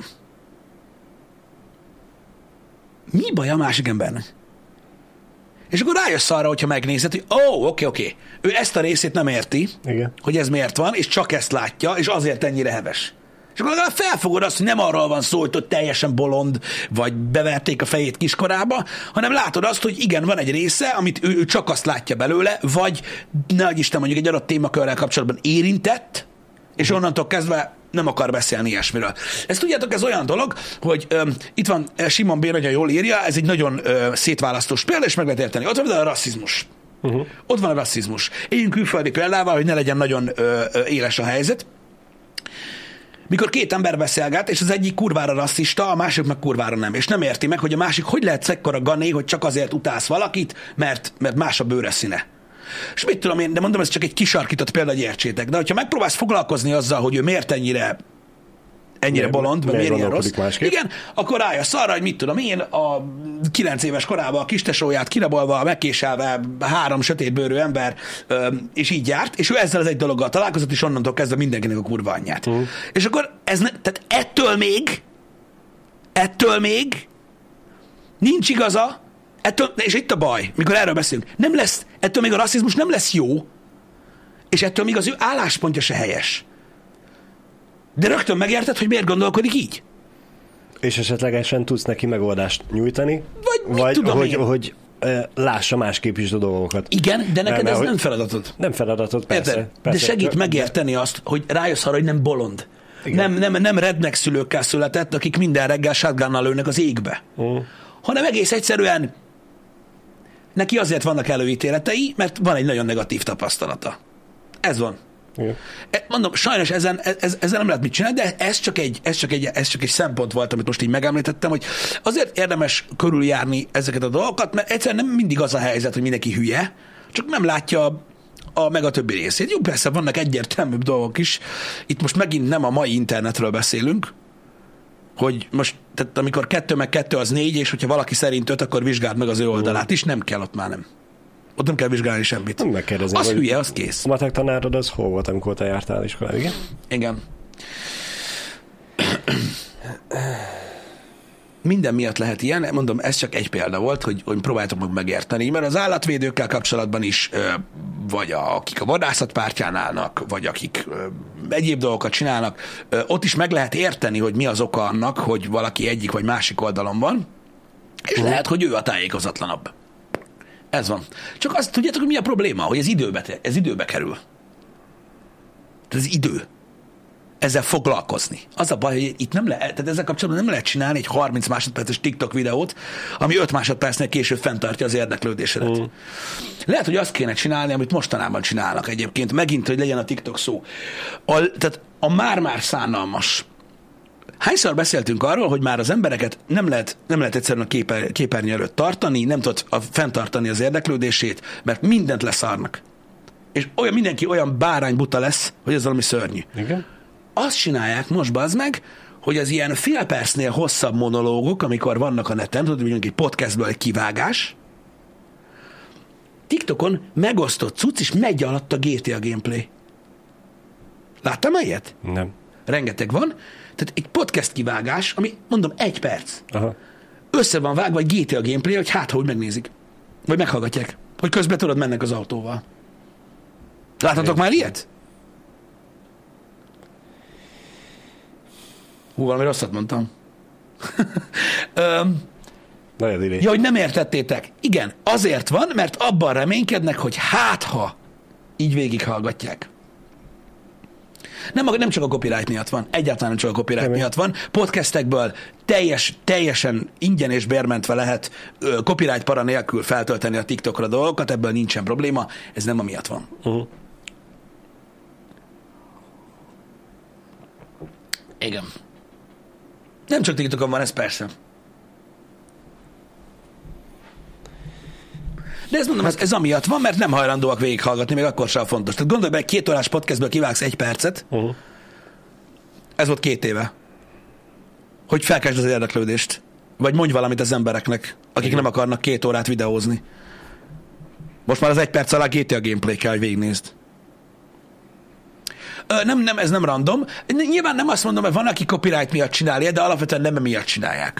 S1: Mi baj a másik embernek? És akkor rájössz arra, hogyha megnézed, hogy oké. Ő ezt a részét nem érti,
S2: igen,
S1: hogy ez miért van, és csak ezt látja, és azért ennyire heves. És akkor legalább felfogod azt, hogy nem arról van szó, hogy ott teljesen bolond, vagy beverték a fejét kiskorába, hanem látod azt, hogy igen, van egy része, amit ő csak azt látja belőle, vagy nehogy Isten mondjuk egy adott témakörrel kapcsolatban érintett, és onnantól kezdve nem akar beszélni ilyesmiről. Ezt tudjátok, ez olyan dolog, hogy itt van Simon B. nagyon jól írja, ez egy nagyon szétválasztós példa, és meg lehet érteni. Ott van a rasszizmus. Ott van a rasszizmus. Éljünk külföldi példával, hogy ne legyen nagyon éles a helyzet. Mikor két ember beszélget, és az egyik kurvára rasszista, a másik meg kurvára nem, és nem érti meg, hogy a másik hogy lehet ekkora gané, hogy csak azért utálsz valakit, mert más a bőre színe. És mit tudom én, de mondom, ez csak egy kisarkított példa, hogy értsétek. De hogyha megpróbálsz foglalkozni azzal, hogy ő miért ennyire bolond, vagy miért ilyen rossz, igen, akkor rájössz arra, hogy mit tudom én, a 9 éves korában a kistesóját kirabolva, megkéselve 3 sötétbőrű ember, és így járt, és ő ezzel az egy dologgal találkozott, és onnantól kezdve mindenkinek a kurva anyját. És akkor tehát ettől még nincs igaza, és itt a baj, mikor erről beszélünk, ettől még a rasszizmus nem lesz jó, és ettől még az ő álláspontja se helyes. De rögtön megérted, hogy miért gondolkodik így.
S2: És esetlegesen tudsz neki megoldást nyújtani,
S1: vagy
S2: hogy lássa másképp is a dolgokat.
S1: Igen, de neked ez nem feladatod.
S2: Nem feladatod, persze.
S1: De segít megérteni azt, hogy rájössz arra, hogy nem bolond. Nem redneck szülőkkel született, akik minden reggel shotgunnal lőnek az égbe. Hanem egész egyszerűen neki azért vannak előítéletei, mert van egy nagyon negatív tapasztalata. Ez van. Igen. Mondom, sajnos ezzel nem lehet mit csinálni, de ez csak egy szempont volt, amit most így megemlítettem, hogy azért érdemes körüljárni ezeket a dolgokat, mert egyszerűen nem mindig az a helyzet, hogy mindenki hülye, csak nem látja meg a többi részét. Jó, persze vannak egyértelműbb dolgok is. Itt most megint nem a mai internetről beszélünk, hogy most, tehát amikor 2 meg 2 az 4, és hogyha valaki szerint 5, akkor vizsgáld meg az ő oldalát is, nem kell, ott már nem. Ott nem kell vizsgálni semmit.
S2: Nem megkérdezni.
S1: Az hülye, az kész.
S2: A matek tanárod az hol volt, amikor te jártál iskolába, igen?
S1: Igen. Minden miatt lehet ilyen, mondom, ez csak egy példa volt, hogy próbáljátok meg megérteni, mert az állatvédőkkel kapcsolatban is, vagy akik a vadászat pártján állnak, vagy akik egyéb dolgokat csinálnak, ott is meg lehet érteni, hogy mi az oka annak, hogy valaki egyik vagy másik oldalon van, és lehet, hogy ő a tájékozatlanabb. Ez van. Csak azt tudjátok, hogy mi a probléma? Hogy ez időbe kerül. Ez idő. Ezzel foglalkozni. Az a baj, hogy itt nem lehet, tehát ezzel kapcsolatban nem lehet csinálni egy 30 másodperces TikTok videót, ami 5 másodpercnél később fenntartja az érdeklődésedet. Lehet, hogy azt kéne csinálni, amit mostanában csinálnak egyébként. Megint, hogy legyen a TikTok szó. Tehát a már-már szánalmas Hányszor beszéltünk arról, hogy már az embereket nem lehet egyszerűen a képernyő előtt tartani, nem tudod fenntartani az érdeklődését, mert mindent leszarnak. És mindenki olyan báránybuta lesz, hogy ez valami szörnyű.
S2: Igen.
S1: Azt csinálják most, bazd meg, hogy az ilyen fél percnél hosszabb monológok, amikor vannak a neten, tudod, mondjuk egy podcastből egy kivágás, TikTokon megosztott cucc, és megy alatt a GTA gameplay. Láttam ilyet?
S2: Nem.
S1: Rengeteg van. Tehát egy podcast kivágás, ami, mondom, 1 perc.
S2: Aha.
S1: Össze van vágva egy GTA gameplay, hogy hát, hogy megnézik. Vagy meghallgatják. Hogy közben tudod, mennek az autóval. Láttatok már ilyet? Valami rosszat mondtam.
S2: Nagyon direkt.
S1: Ja, hogy nem értettétek. Igen, azért van, mert abban reménykednek, hogy hát ha így végighallgatják. Nem csak a copyright miatt van. Egyáltalán nem csak a copyright miatt van. Podcastekből teljesen ingyen és bérmentve lehet copyright para nélkül feltölteni a TikTokra dolgokat, ebből nincsen probléma, ez nem amiatt van.
S2: Uh-huh.
S1: Igen. Nem csak TikTokon van, ez persze. De ezt mondom, ez amiatt van, mert nem hajlandóak végighallgatni, még akkor sem fontos. Tehát gondolj be, egy 2 órás podcastből kivágsz 1 percet, Ez volt 2 éve. Hogy felkeltsd az érdeklődést. Vagy mondj valamit az embereknek, akik nem akarnak 2 órát videózni. Most már az 1 perc alá GTA gameplay kell, hogy végignézd. Nem, ez nem random. Nyilván nem azt mondom, hogy van, aki copyright miatt csinálja, de alapvetően nem emiatt csinálják.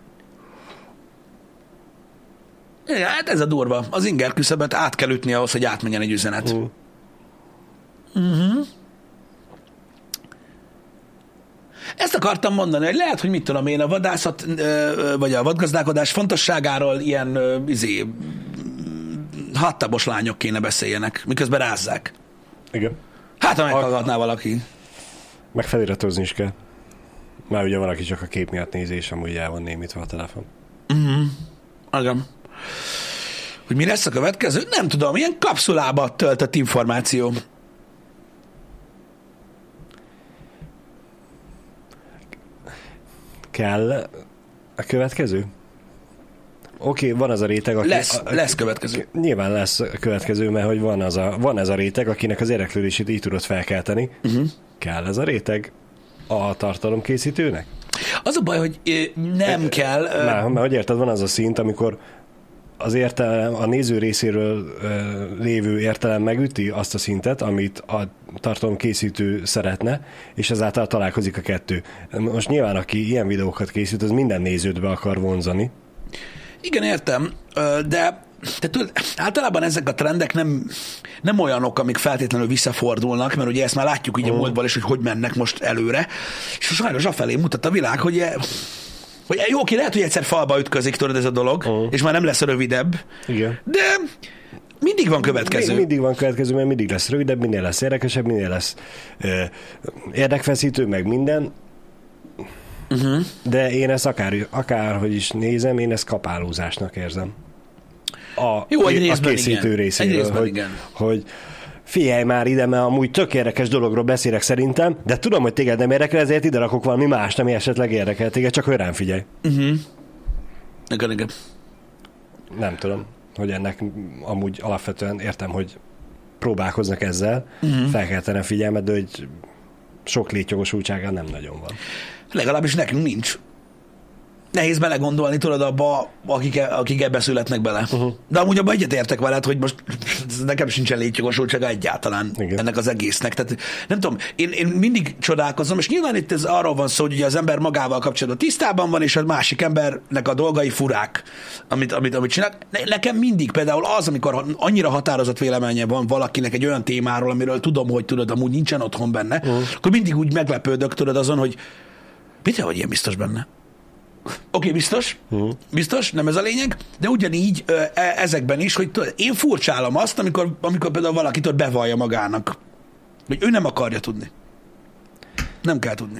S1: Igen, hát ez a durva. Az inger küszöbet át kell ütni ahhoz, hogy átmenjen egy üzenet. Ezt akartam mondani, hogy lehet, hogy mit tudom én, a vadászat, vagy a vadgazdálkodás fontosságáról ilyen hattabos lányok kéne beszéljenek, miközben rázzák.
S2: Igen.
S1: Hát, ha meghallgatná valaki.
S2: Meg feliratozni is kell. Már ugye valaki csak a kép miatt nézi, és amúgy el van némítva a telefon.
S1: Igen. Hogy mi lesz a következő? Nem tudom, ilyen kapszulába töltött információ.
S2: Kell a következő? Oké, van az a réteg, aki...
S1: Lesz következő.
S2: Nyilván lesz következő, mert hogy van ez a réteg, akinek az érdeklődését így tudod felkelteni. Kell ez a réteg a tartalomkészítőnek?
S1: Az a baj, hogy nem kell...
S2: Mert hogy érted, van az a szint, amikor az értelem, a néző részéről lévő értelem megüti azt a szintet, amit a tartalomkészítő szeretne, és ezáltal találkozik a kettő. Most nyilván, aki ilyen videókat készít, az minden nézőt be akar vonzani.
S1: Igen, értem, de tudod, általában ezek a trendek nem olyanok, amik feltétlenül visszafordulnak, mert ugye ezt már látjuk így a múltban is, hogy mennek most előre, és sajnos afelé mutat a világ, hogy jó, ki lehet, hogy egyszer falba ütközik, tudod, ez a dolog, és már nem lesz rövidebb,
S2: igen.
S1: De mindig van következő.
S2: Mindig van következő, mert mindig lesz rövidebb, minél lesz érdekesebb, minél lesz érdekfeszítő, meg minden. De én ezt akárhogy is nézem, én ezt kapálózásnak érzem. A készítő részéről, hogy figyelj már ide, mert amúgy tök érdekes dologról beszélek szerintem, de tudom, hogy téged nem érdekel, ezért ide rakok valami más, ami esetleg érdekel téged, csak hogy rám figyelj.
S1: Igen.
S2: Nem tudom, hogy ennek amúgy alapvetően értem, hogy próbálkoznak ezzel, felkeltenem figyelmet, de hogy sok létjogosultsága nem nagyon van.
S1: Legalábbis nekünk nincs. Nehéz belegondolni, tudod, abba, akik ebbe születnek bele. De amúgy abban egyetértek veled, hogy most nekem sincsen létjogosultsága egyáltalán ennek az egésznek. Tehát nem tudom, én mindig csodálkozom, és nyilván itt ez arról van szó, hogy ugye az ember magával kapcsolatban tisztában van, és a másik embernek a dolgai furák, amit csinál. Nekem mindig például az, amikor annyira határozott véleménye van valakinek egy olyan témáról, amiről tudom, hogy tudod, amúgy nincsen otthon benne, akkor mindig úgy meglepődök, tudod, azon, hogy mit vagy ilyen biztos benne? Oké, biztos, nem ez a lényeg, de ugyanígy ezekben is, hogy tudod, én furcsálom azt, amikor például valakitől bevallja magának, hogy ő nem akarja tudni. Nem kell tudni.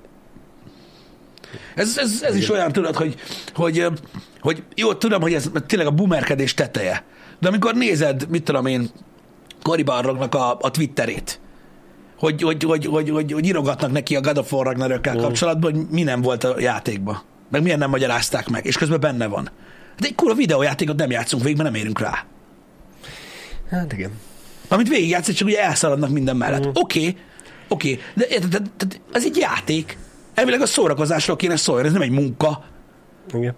S1: Ez is olyan, tudod, hogy jó, tudom, hogy ez tényleg a boomerkedés teteje, de amikor nézed, mit tudom én, Cory Barlognak a Twitterét, hogy írogatnak neki a God of War Ragnarökkel kapcsolatban, hogy mi nem volt a játékban. Meg miért nem magyarázták meg, és közben benne van. De egy kurva videójátékot nem játszunk végig, mert nem érünk rá.
S2: Hát igen.
S1: Amit végigjátszod, csak ugye elszaladnak minden mellett. Oké, de ez egy játék. Elvileg a szórakozásról kéne szólni, ez nem egy munka.
S2: Igen.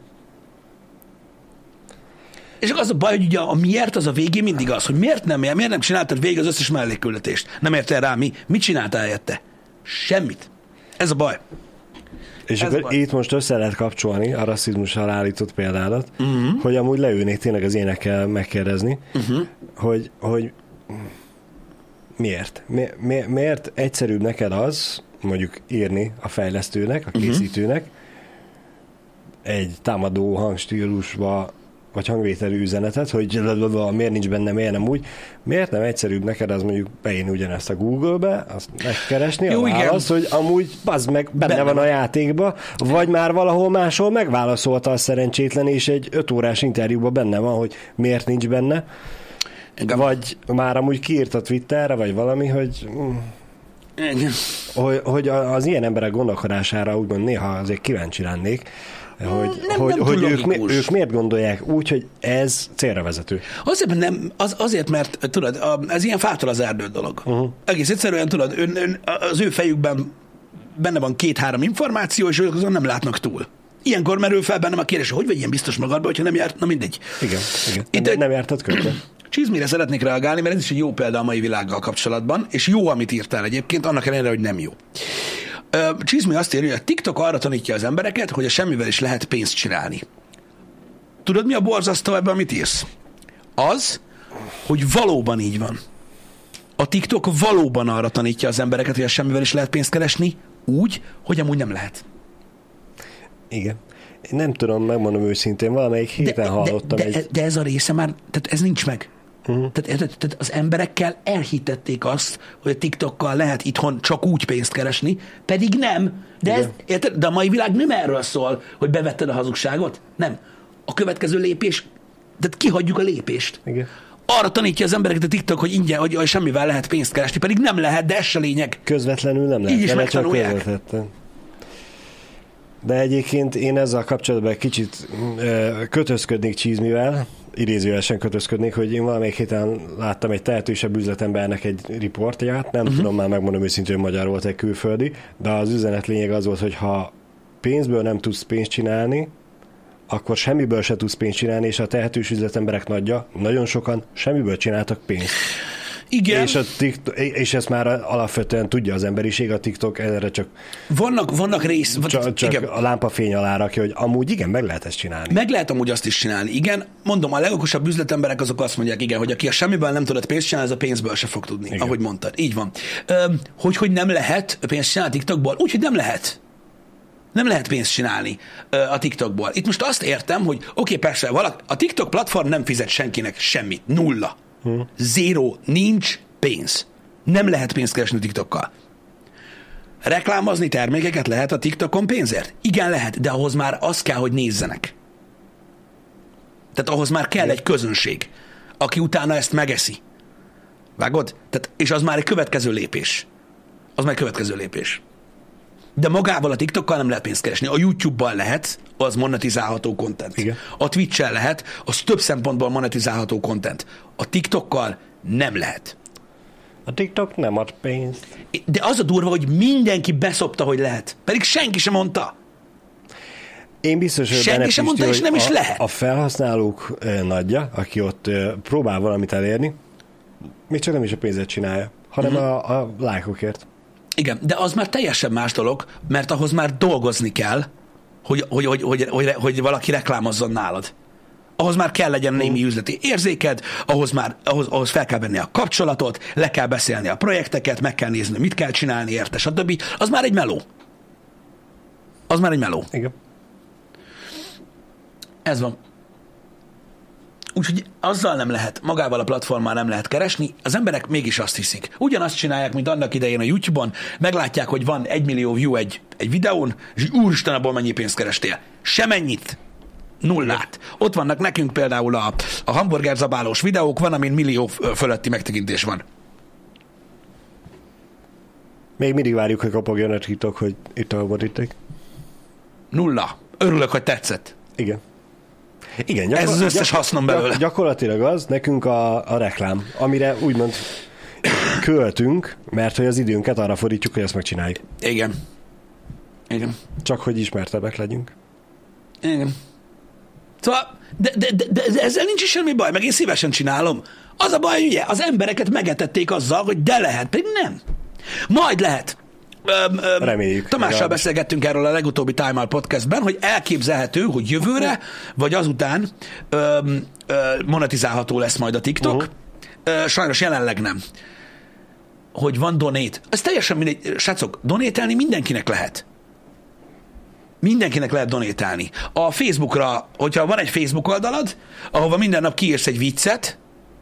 S1: És az a baj, hogy ugye a miért az a végén mindig az, hogy miért nem csináltad végig az összes mellékküldetést. Nem értél rá mit csináltál helyette? Semmit. Ez a baj.
S2: És ez akkor itt most össze lehet kapcsolni a rasszizmussal állított példádat, hogy amúgy leülnék tényleg az énekkel megkérdezni, hogy miért? Miért egyszerűbb neked az, mondjuk írni a fejlesztőnek, a készítőnek egy támadó hangstílusba vagy hangvételű üzenetet, hogy miért nincs benne, miért nem úgy. Miért nem egyszerűbb neked az mondjuk beírni ugyanezt a Google-be, azt megkeresni, a választ, hogy amúgy bazd meg benne van a játékba, vagy már valahol máshol megválaszolta a szerencsétlen, és egy 5 órás interjúban benne van, hogy miért nincs benne. Vagy már amúgy kiírt a Twitterre, vagy valami, hogy az ilyen emberek gondolkodására úgymond néha azért kíváncsi lennék, hogy ők miért gondolják úgy, hogy ez célra vezető.
S1: Azért, mert tudod, ez ilyen fától az erdő dolog. Egész egyszerűen tudod, az ő fejükben benne van 2-3 információ, és ők azon nem látnak túl. Ilyenkor merül fel bennem a kérdés, hogy vagy ilyen biztos magadban, hogyha nem járt, na mindegy.
S2: Igen. Nem jártad körbe.
S1: Csizmire szeretnék reagálni, mert ez is egy jó példa a mai világgal kapcsolatban, és jó, amit írtál egyébként, annak ellenére, hogy nem jó. Csizmi azt írja, hogy a TikTok arra tanítja az embereket, hogy a semmivel is lehet pénzt csinálni. Tudod, mi a borzasztó ebben, amit írsz? Az, hogy valóban így van. A TikTok valóban arra tanítja az embereket, hogy a semmivel is lehet pénzt keresni, úgy, hogy amúgy nem lehet.
S2: Igen. Én nem tudom, megmondom őszintén, valamelyik héten hallottam
S1: de ez a része már, tehát ez nincs meg. Tehát az emberekkel elhitették azt, hogy a TikTokkal lehet itthon csak úgy pénzt keresni, pedig nem. De a mai világ nem erről szól, hogy bevetted a hazugságot. Nem. A következő lépés, tehát kihagyjuk a lépést.
S2: Igen.
S1: Arra tanítja az embereket a TikTok, hogy ingyen, hogy semmivel lehet pénzt keresni, pedig nem lehet, de ez se lényeg.
S2: Közvetlenül nem lehet.
S1: Így is megtanulják.
S2: De egyébként én ezzel kapcsolatban kicsit kötözködnék Csizmivel, idézőjelesen kötözködnék, hogy én valamelyik héten láttam egy tehetősebb üzletembernek egy riportját, nem tudom már megmondom őszintén, hogy magyar volt, egy külföldi, de az üzenet lényeg az volt, hogy ha pénzből nem tudsz pénzt csinálni, akkor semmiből se tudsz pénzt csinálni, és a tehetős üzletemberek nagyja, nagyon sokan semmiből csináltak pénzt.
S1: Igen.
S2: És ezt már alapvetően tudja az emberiség, a TikTok erre csak
S1: vannak
S2: csak a lámpafény alá rakja, hogy amúgy igen, meg lehet ezt csinálni.
S1: Meg lehet amúgy azt is csinálni, igen. Mondom, a legokosabb üzletemberek azok azt mondják, igen, hogy aki a semmiből nem tudod pénzt csinálni, az a pénzből se fog tudni, igen. Ahogy mondtad. Így van. Hogy nem lehet pénzt csinálni a TikTokból? Úgyhogy nem lehet. Nem lehet pénzt csinálni a TikTokból. Itt most azt értem, hogy oké, persze, a TikTok platform nem fizet senkinek semmit. 0. Zero. Nincs pénz. Nem lehet pénzt keresni a TikTokkal. Reklámozni termékeket lehet a TikTokon pénzért? Igen, lehet, de ahhoz már az kell, hogy nézzenek. Tehát ahhoz már kell egy közönség, aki utána ezt megeszi. Vágod? Tehát, és az már egy következő lépés. Az már egy következő lépés. De magával a TikTokkal nem lehet pénzt keresni. A YouTube-bal lehet, az monetizálható content.
S2: Igen.
S1: A Twitch-el lehet, az több szempontból monetizálható content. A TikTokkal nem lehet.
S2: A TikTok nem ad pénzt.
S1: De az a durva, hogy mindenki beszopta, hogy lehet. Pedig senki sem mondta.
S2: Én biztos, hogy
S1: senki sem mondta, és nem is lehet.
S2: A felhasználók nagyja, aki ott próbál valamit elérni, még csak nem is a pénzet csinálja, hanem a lájkokért.
S1: Igen, de az már teljesen más dolog, mert ahhoz már dolgozni kell, hogy valaki reklámozzon nálad. Ahhoz már kell legyen némi üzleti érzéked, ahhoz fel kell venni a kapcsolatot, le kell beszélni a projekteket, meg kell nézni, mit kell csinálni érte, stb. Az már egy meló. Az már egy meló.
S2: Igen.
S1: Ez van. Úgyhogy azzal nem lehet, magával a platformmal nem lehet keresni, az emberek mégis azt hiszik. Ugyanazt csinálják, mint annak idején a YouTube-on, meglátják, hogy van 1 millió view egy videón, és úristen, abból mennyi pénzt kerestél. Semennyit. Nullát. Ott vannak nekünk például a hamburgerzabálós videók, van, amin millió fölötti megtekintés van.
S2: Még mindig várjuk, hogy kapogjon a TikTok, hogy itt a boríték.
S1: 0. Örülök, hogy tetszett.
S2: Igen. Igen,
S1: ez az összes hasznom belőle.
S2: Gyakorlatilag az nekünk a reklám, amire úgymond költünk, mert hogy az időnket arra fordítjuk, hogy ezt megcsináljuk.
S1: Igen. Igen.
S2: Csak hogy ismertebbek legyünk.
S1: Igen. Szóval, de ezzel nincs is semmi baj, meg én szívesen csinálom. Az a baj, ugye, az embereket megetették azzal, hogy de lehet, pedig nem. Majd lehet.
S2: Reméljük.
S1: Tamással beszélgettünk erről a legutóbbi Time Out podcastben, hogy elképzelhető, hogy jövőre, vagy azután monetizálható lesz majd a TikTok. Sajnos jelenleg nem. Hogy van donate. Ez teljesen mindegy. Srácok, donételni mindenkinek lehet. Mindenkinek lehet donétálni. A Facebookra, hogyha van egy Facebook oldalad, ahova minden nap kiírsz egy viccet,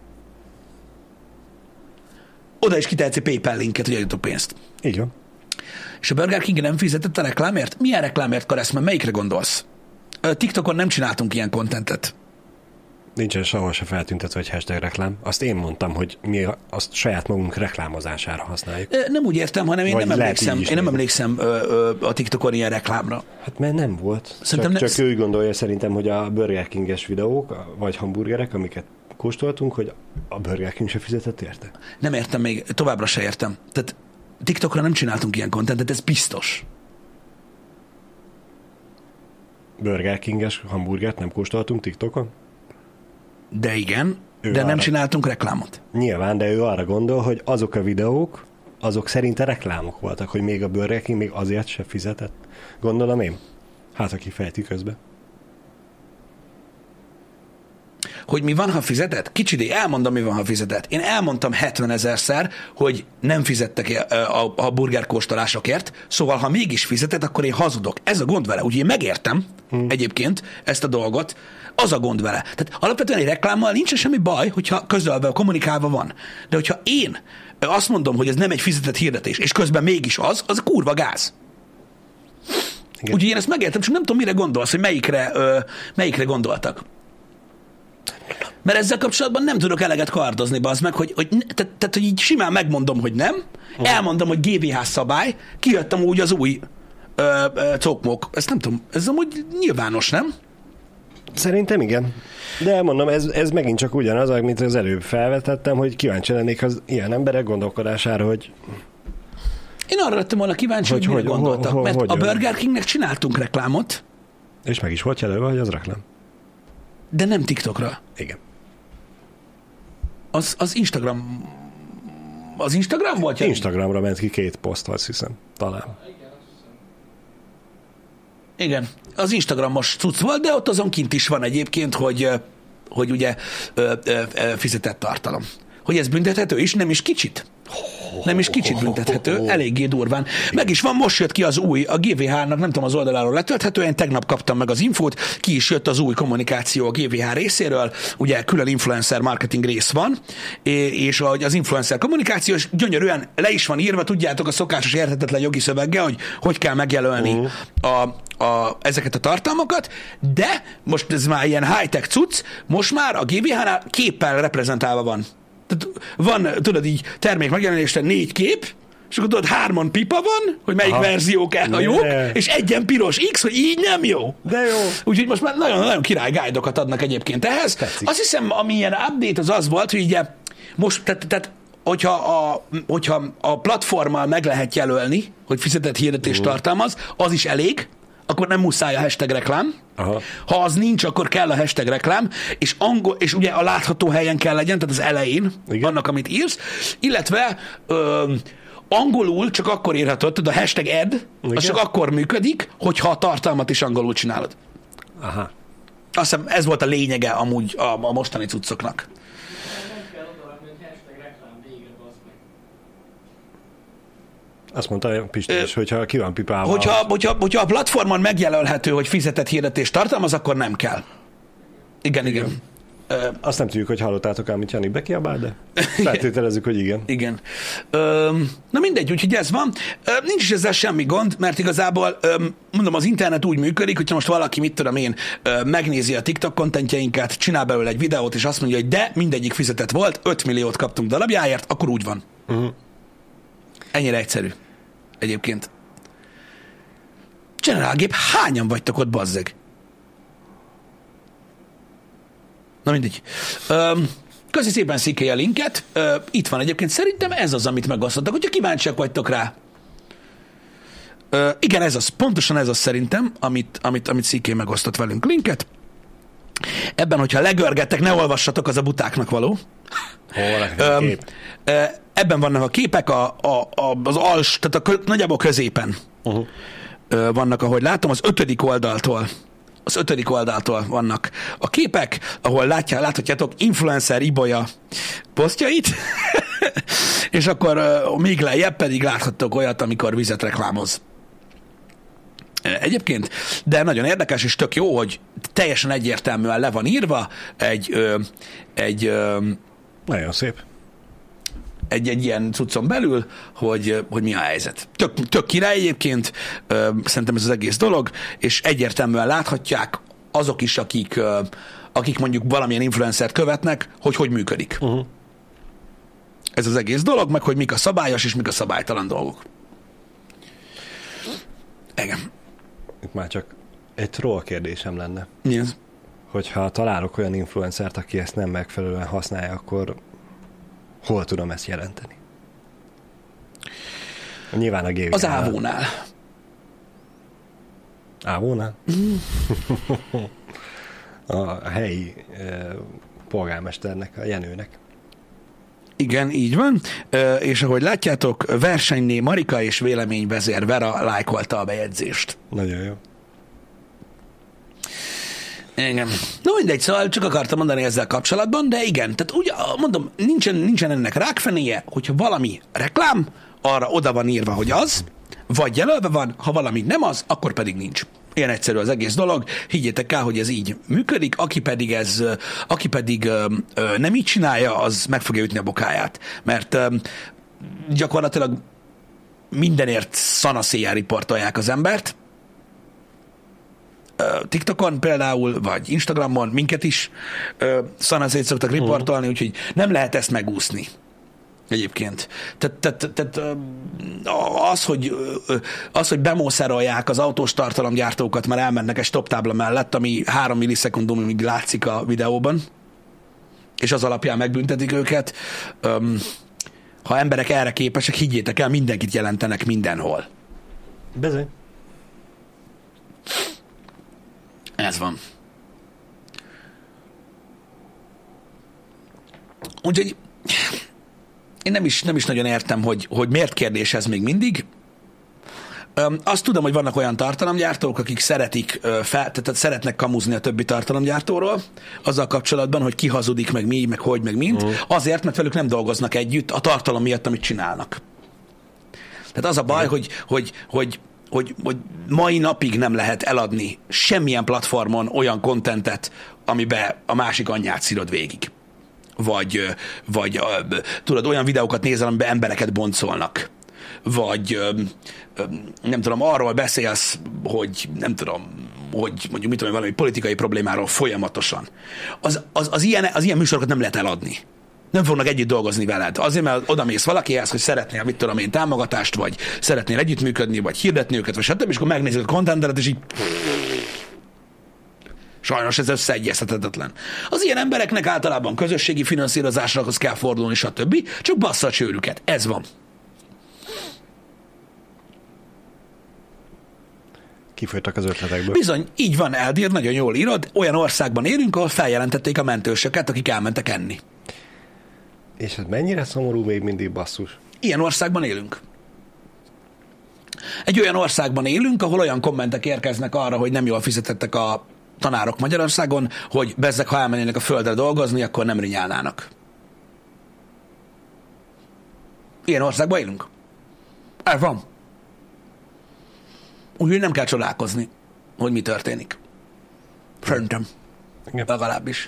S1: oda is kitehetsz egy PayPal linket, hogy eljutok pénzt.
S2: Így van.
S1: És a Burger King nem fizetett a reklámért? Milyen reklámért, Kareszmen? Melyikre gondolsz? TikTokon nem csináltunk ilyen kontentet.
S2: Nincsen sehol se feltüntetve, hogy hashtag reklám. Azt én mondtam, hogy mi azt saját magunk reklámozására használjuk. Nem
S1: úgy értem, hanem én nem emlékszem, a TikTokon ilyen reklámra.
S2: Hát mert nem volt. Csak ő úgy gondolja szerintem, hogy a Burger King-es videók, vagy hamburgerek, amiket kóstoltunk, hogy a Burger King se fizetett érte.
S1: Nem értem még, továbbra se értem. Tehát TikTokra nem csináltunk ilyen kontentet, ez biztos.
S2: Burger King-es hamburgert nem kóstoltunk TikTokon?
S1: De igen, de nem csináltunk reklámot.
S2: Nyilván, de ő arra gondol, hogy azok a videók, azok szerinte reklámok voltak, hogy még a Burger King még azért se fizetett. Gondolom én. Hát, aki fejti közben.
S1: Hogy mi van, ha fizetett? Kicsidé, elmondom, mi van, ha fizetett. Én elmondtam 70 000-szer, hogy nem fizettek a burgerkóstolásokért, szóval ha mégis fizetett, akkor én hazudok. Ez a gond vele. Úgyhogy én megértem egyébként ezt a dolgot, az a gond vele. Tehát alapvetően egy reklámmal nincs semmi baj, hogyha közölve, kommunikálva van. De hogyha én azt mondom, hogy ez nem egy fizetett hirdetés, és közben mégis az a kurva gáz. Úgyhogy én ezt megértem, csak nem tudom, mire gondolsz, hogy melyikre gondoltak. Mert ezzel kapcsolatban nem tudok eleget kardozni, bazd meg, tehát, hogy így simán megmondom, hogy nem, elmondom, hogy GBH szabály, kijöttem úgy az új cokmok. Ezt nem tudom, ez amúgy nyilvános, nem?
S2: Szerintem igen. De mondom, ez megint csak ugyanaz, mint az előbb felvetettem, hogy kíváncsi lennék az ilyen emberek gondolkodására, hogy...
S1: Én arra lettem volna kíváncsi, hogy mire gondoltak, mert a Burger Kingnek csináltunk reklámot.
S2: És meg is volt jelölve, hogy az reklám.
S1: De nem TikTokra.
S2: Igen.
S1: Az Instagram... Az Instagram volt?
S2: Instagramra ment ki 2 poszt, azt hiszem. Talán.
S1: Igen. Az Instagramos cucc volt, de ott azon kint is van egyébként, hogy ugye fizetett tartalom. Hogy ez büntethető is, nem is kicsit. Nem is kicsit büntethető, eléggé durván. Meg is van, most jött ki az új, a GVH-nak, nem tudom, az oldaláról letölthető, én tegnap kaptam meg az infót, ki is jött az új kommunikáció a GVH részéről, ugye külön influencer marketing rész van, és az influencer kommunikáció, és gyönyörűen le is van írva, tudjátok, a szokásos érthetetlen jogi szöveggel, hogy kell megjelölni ezeket a tartalmakat, de most ez már ilyen high-tech cucc, most már a GVH-nál képpel reprezentálva van. Tehát van, tudod így, termék megjelenésre 4 kép, és akkor tudod, 3 pipa van, hogy melyik verziók a jók, és egyen piros X, hogy így nem jó.
S2: De jó.
S1: Úgyhogy most már nagyon-nagyon király guide-okat adnak egyébként ehhez.
S2: Tetszik.
S1: Azt hiszem, ami ilyen update az volt, hogy ugye most, tehát hogyha a platformmal meg lehet jelölni, hogy fizetett hirdetést tartalmaz, az is elég, akkor nem muszáj a hashtag reklám.
S2: Aha.
S1: Ha az nincs, akkor kell a hashtag reklám, és ugye a látható helyen kell legyen, tehát az elején, annak, amit írsz, illetve angolul csak akkor írhatod, tudod, a hashtag ad, az csak akkor működik, hogyha a tartalmat is angolul csinálod.
S2: Aha.
S1: Azt hiszem, ez volt a lényege amúgy a mostani cuccoknak.
S2: Azt mondta Pisti is, hogyha ki van pipálva.
S1: Hogyha a platformon megjelölhető, hogy fizetett hirdetést tartalmaz, akkor nem kell. Igen.
S2: Azt nem tudjuk, hogy hallottátok, amit Jani bekiabál, de feltételezzük, hogy igen.
S1: Igen. Na mindegy, úgyhogy ez van. Nincs is ezzel semmi gond, mert igazából mondom, az internet úgy működik, hogyha most valaki, mit tudom én, megnézi a TikTok kontentjeinket, csinál belőle egy videót, és azt mondja, hogy de mindegyik fizetett volt, 5 milliót kaptunk darabjáért, akkor úgy van. Ennyire egyszerű. egyébként. Generálgép, hányan vagytok ott, bazzeg? Na mindegy. Köszi szépen Sziké a linket. Itt van egyébként. Szerintem ez az, amit megosztottak. Hogyha kíváncsiak vagytok rá. Igen, ez az. Pontosan ez az szerintem, amit Sziké megosztott velünk linket. Ebben, hogyha legörgettek, ne olvassatok, az a butáknak való. Ebben vannak a képek, az tehát nagyjából középen vannak, ahogy látom, az 5. oldaltól. Az 5. oldaltól vannak a képek, ahol láthatjátok influencer Ibolya posztjait, és akkor még lejjebb pedig láthattok olyat, amikor vizet reklámoz. Egyébként, de nagyon érdekes és tök jó, hogy teljesen egyértelműen le van írva egy
S2: nagyon szép.
S1: Egy ilyen cuccon belül, hogy mi a helyzet. Tök király egyébként, szerintem ez az egész dolog, és egyértelműen láthatják azok is, akik mondjuk valamilyen influencert követnek, hogy működik. Ez az egész dolog, meg hogy mik a szabályos és mik a szabálytalan dolgok. Igen.
S2: Itt már csak egy troll kérdésem lenne.
S1: Mi ez?
S2: Hogyha találok olyan influencert, aki ezt nem megfelelően használja, akkor hol tudom ezt jelenteni? Nyilván a GV.
S1: Az Ávónál.
S2: Ávónál? A helyi polgármesternek, a Jenőnek.
S1: Igen, így van. És ahogy látjátok, versenyné Marika és véleményvezér Vera lájkolta a bejegyzést.
S2: Nagyon jó.
S1: Igen. Na mindegy, szóval csak akartam mondani ezzel kapcsolatban, de igen, tehát ugye mondom, nincsen ennek rákfenéje, hogyha valami reklám, arra oda van írva, hogy az, vagy jelölve van, ha valami nem az, akkor pedig nincs. Ilyen egyszerű az egész dolog, higgyétek el, hogy ez így működik, aki pedig nem így csinálja, az meg fogja ütni a bokáját, mert gyakorlatilag mindenért szanaszéjjel riportolják az embert, TikTokon például, vagy Instagramon, minket is szanaszét szoktak riportolni, úgyhogy nem lehet ezt megúszni. Egyébként. Tehát az, hogy bemószerolják az autós tartalomgyártókat, mert elmennek egy stop tábla mellett, ami 3 millisekundumig látszik a videóban, és az alapján megbüntetik őket. Ha emberek erre képesek, higgyétek el, mindenkit jelentenek mindenhol.
S2: Bizony.
S1: Ez van. Úgyhogy én nem is nagyon értem, hogy miért kérdés ez még mindig. Azt tudom, hogy vannak olyan tartalomgyártók, akik tehát szeretnek kamuzni a többi tartalomgyártóról, azzal kapcsolatban, hogy ki hazudik, meg mi, meg hogy, meg mint. Azért, mert velük nem dolgoznak együtt a tartalom miatt, amit csinálnak. Tehát az a baj, hogy mai napig nem lehet eladni semmilyen platformon olyan kontentet, amiben a másik anyját szírod végig. Vagy tudod, olyan videókat nézel, amiben embereket boncolnak. Vagy nem tudom, arról beszélsz, hogy nem tudom, hogy mondjuk mit tudom, valami politikai problémáról folyamatosan. Az ilyen műsorokat nem lehet eladni. Nem fognak együtt dolgozni veled. Azért, mert odamész valakihez, hogy szeretnél, mit tudom én, támogatást, vagy szeretnél együttműködni, vagy hirdetni őket, vagy stb. És akkor megnézed a kontentedet, és így sajnos ez összeegyeztethetetlen. Az ilyen embereknek általában közösségi finanszírozáshoz kell fordulni, stb. Csak bassza a csőrüket. Ez van.
S2: Kifolytak az ötletekből.
S1: Bizony, így van, Eldir, nagyon jól írod. Olyan országban élünk, ahol feljelentették a mentősöket, akik elmentek enni.
S2: És ez mennyire szomorú még mindig, basszus?
S1: Ilyen országban élünk. Egy olyan országban élünk, ahol olyan kommentek érkeznek arra, hogy nem jól fizetettek a tanárok Magyarországon, hogy bezzeg, ha elmennének a földre dolgozni, akkor nem rinyálnának. Ilyen országban élünk. Ez van. Úgyhogy nem kell csodálkozni, hogy mi történik. Szerintem. Legalábbis.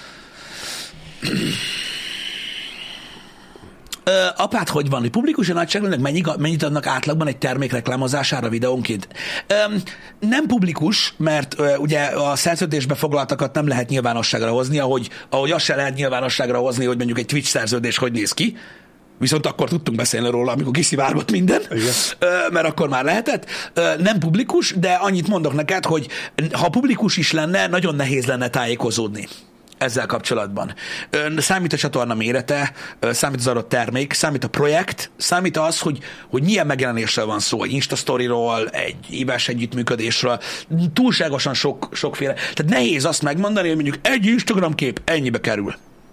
S1: Apád hogy van? Hogy publikus a nagyságrendnek mennyit adnak átlagban egy termék reklámozására videónként? Nem publikus, mert ugye a szerződésbe foglaltakat nem lehet nyilvánosságra hozni, ahogy azt se lehet nyilvánosságra hozni, hogy mondjuk egy Twitch szerződés hogy néz ki. Viszont akkor tudtunk beszélni róla, amikor kiszivárgott minden, mert akkor már lehetett. Nem publikus, de annyit mondok neked, hogy ha publikus is lenne, nagyon nehéz lenne tájékozódni ezzel kapcsolatban. Számít a csatorna mérete, számít az adott termék, számít a projekt, számít az, hogy milyen megjelenésről van szó, egy Insta Storyról, egy éves együttműködésről, túlságosan sokféle. Tehát nehéz azt megmondani, hogy mondjuk egy Instagram kép ennyibe kerül.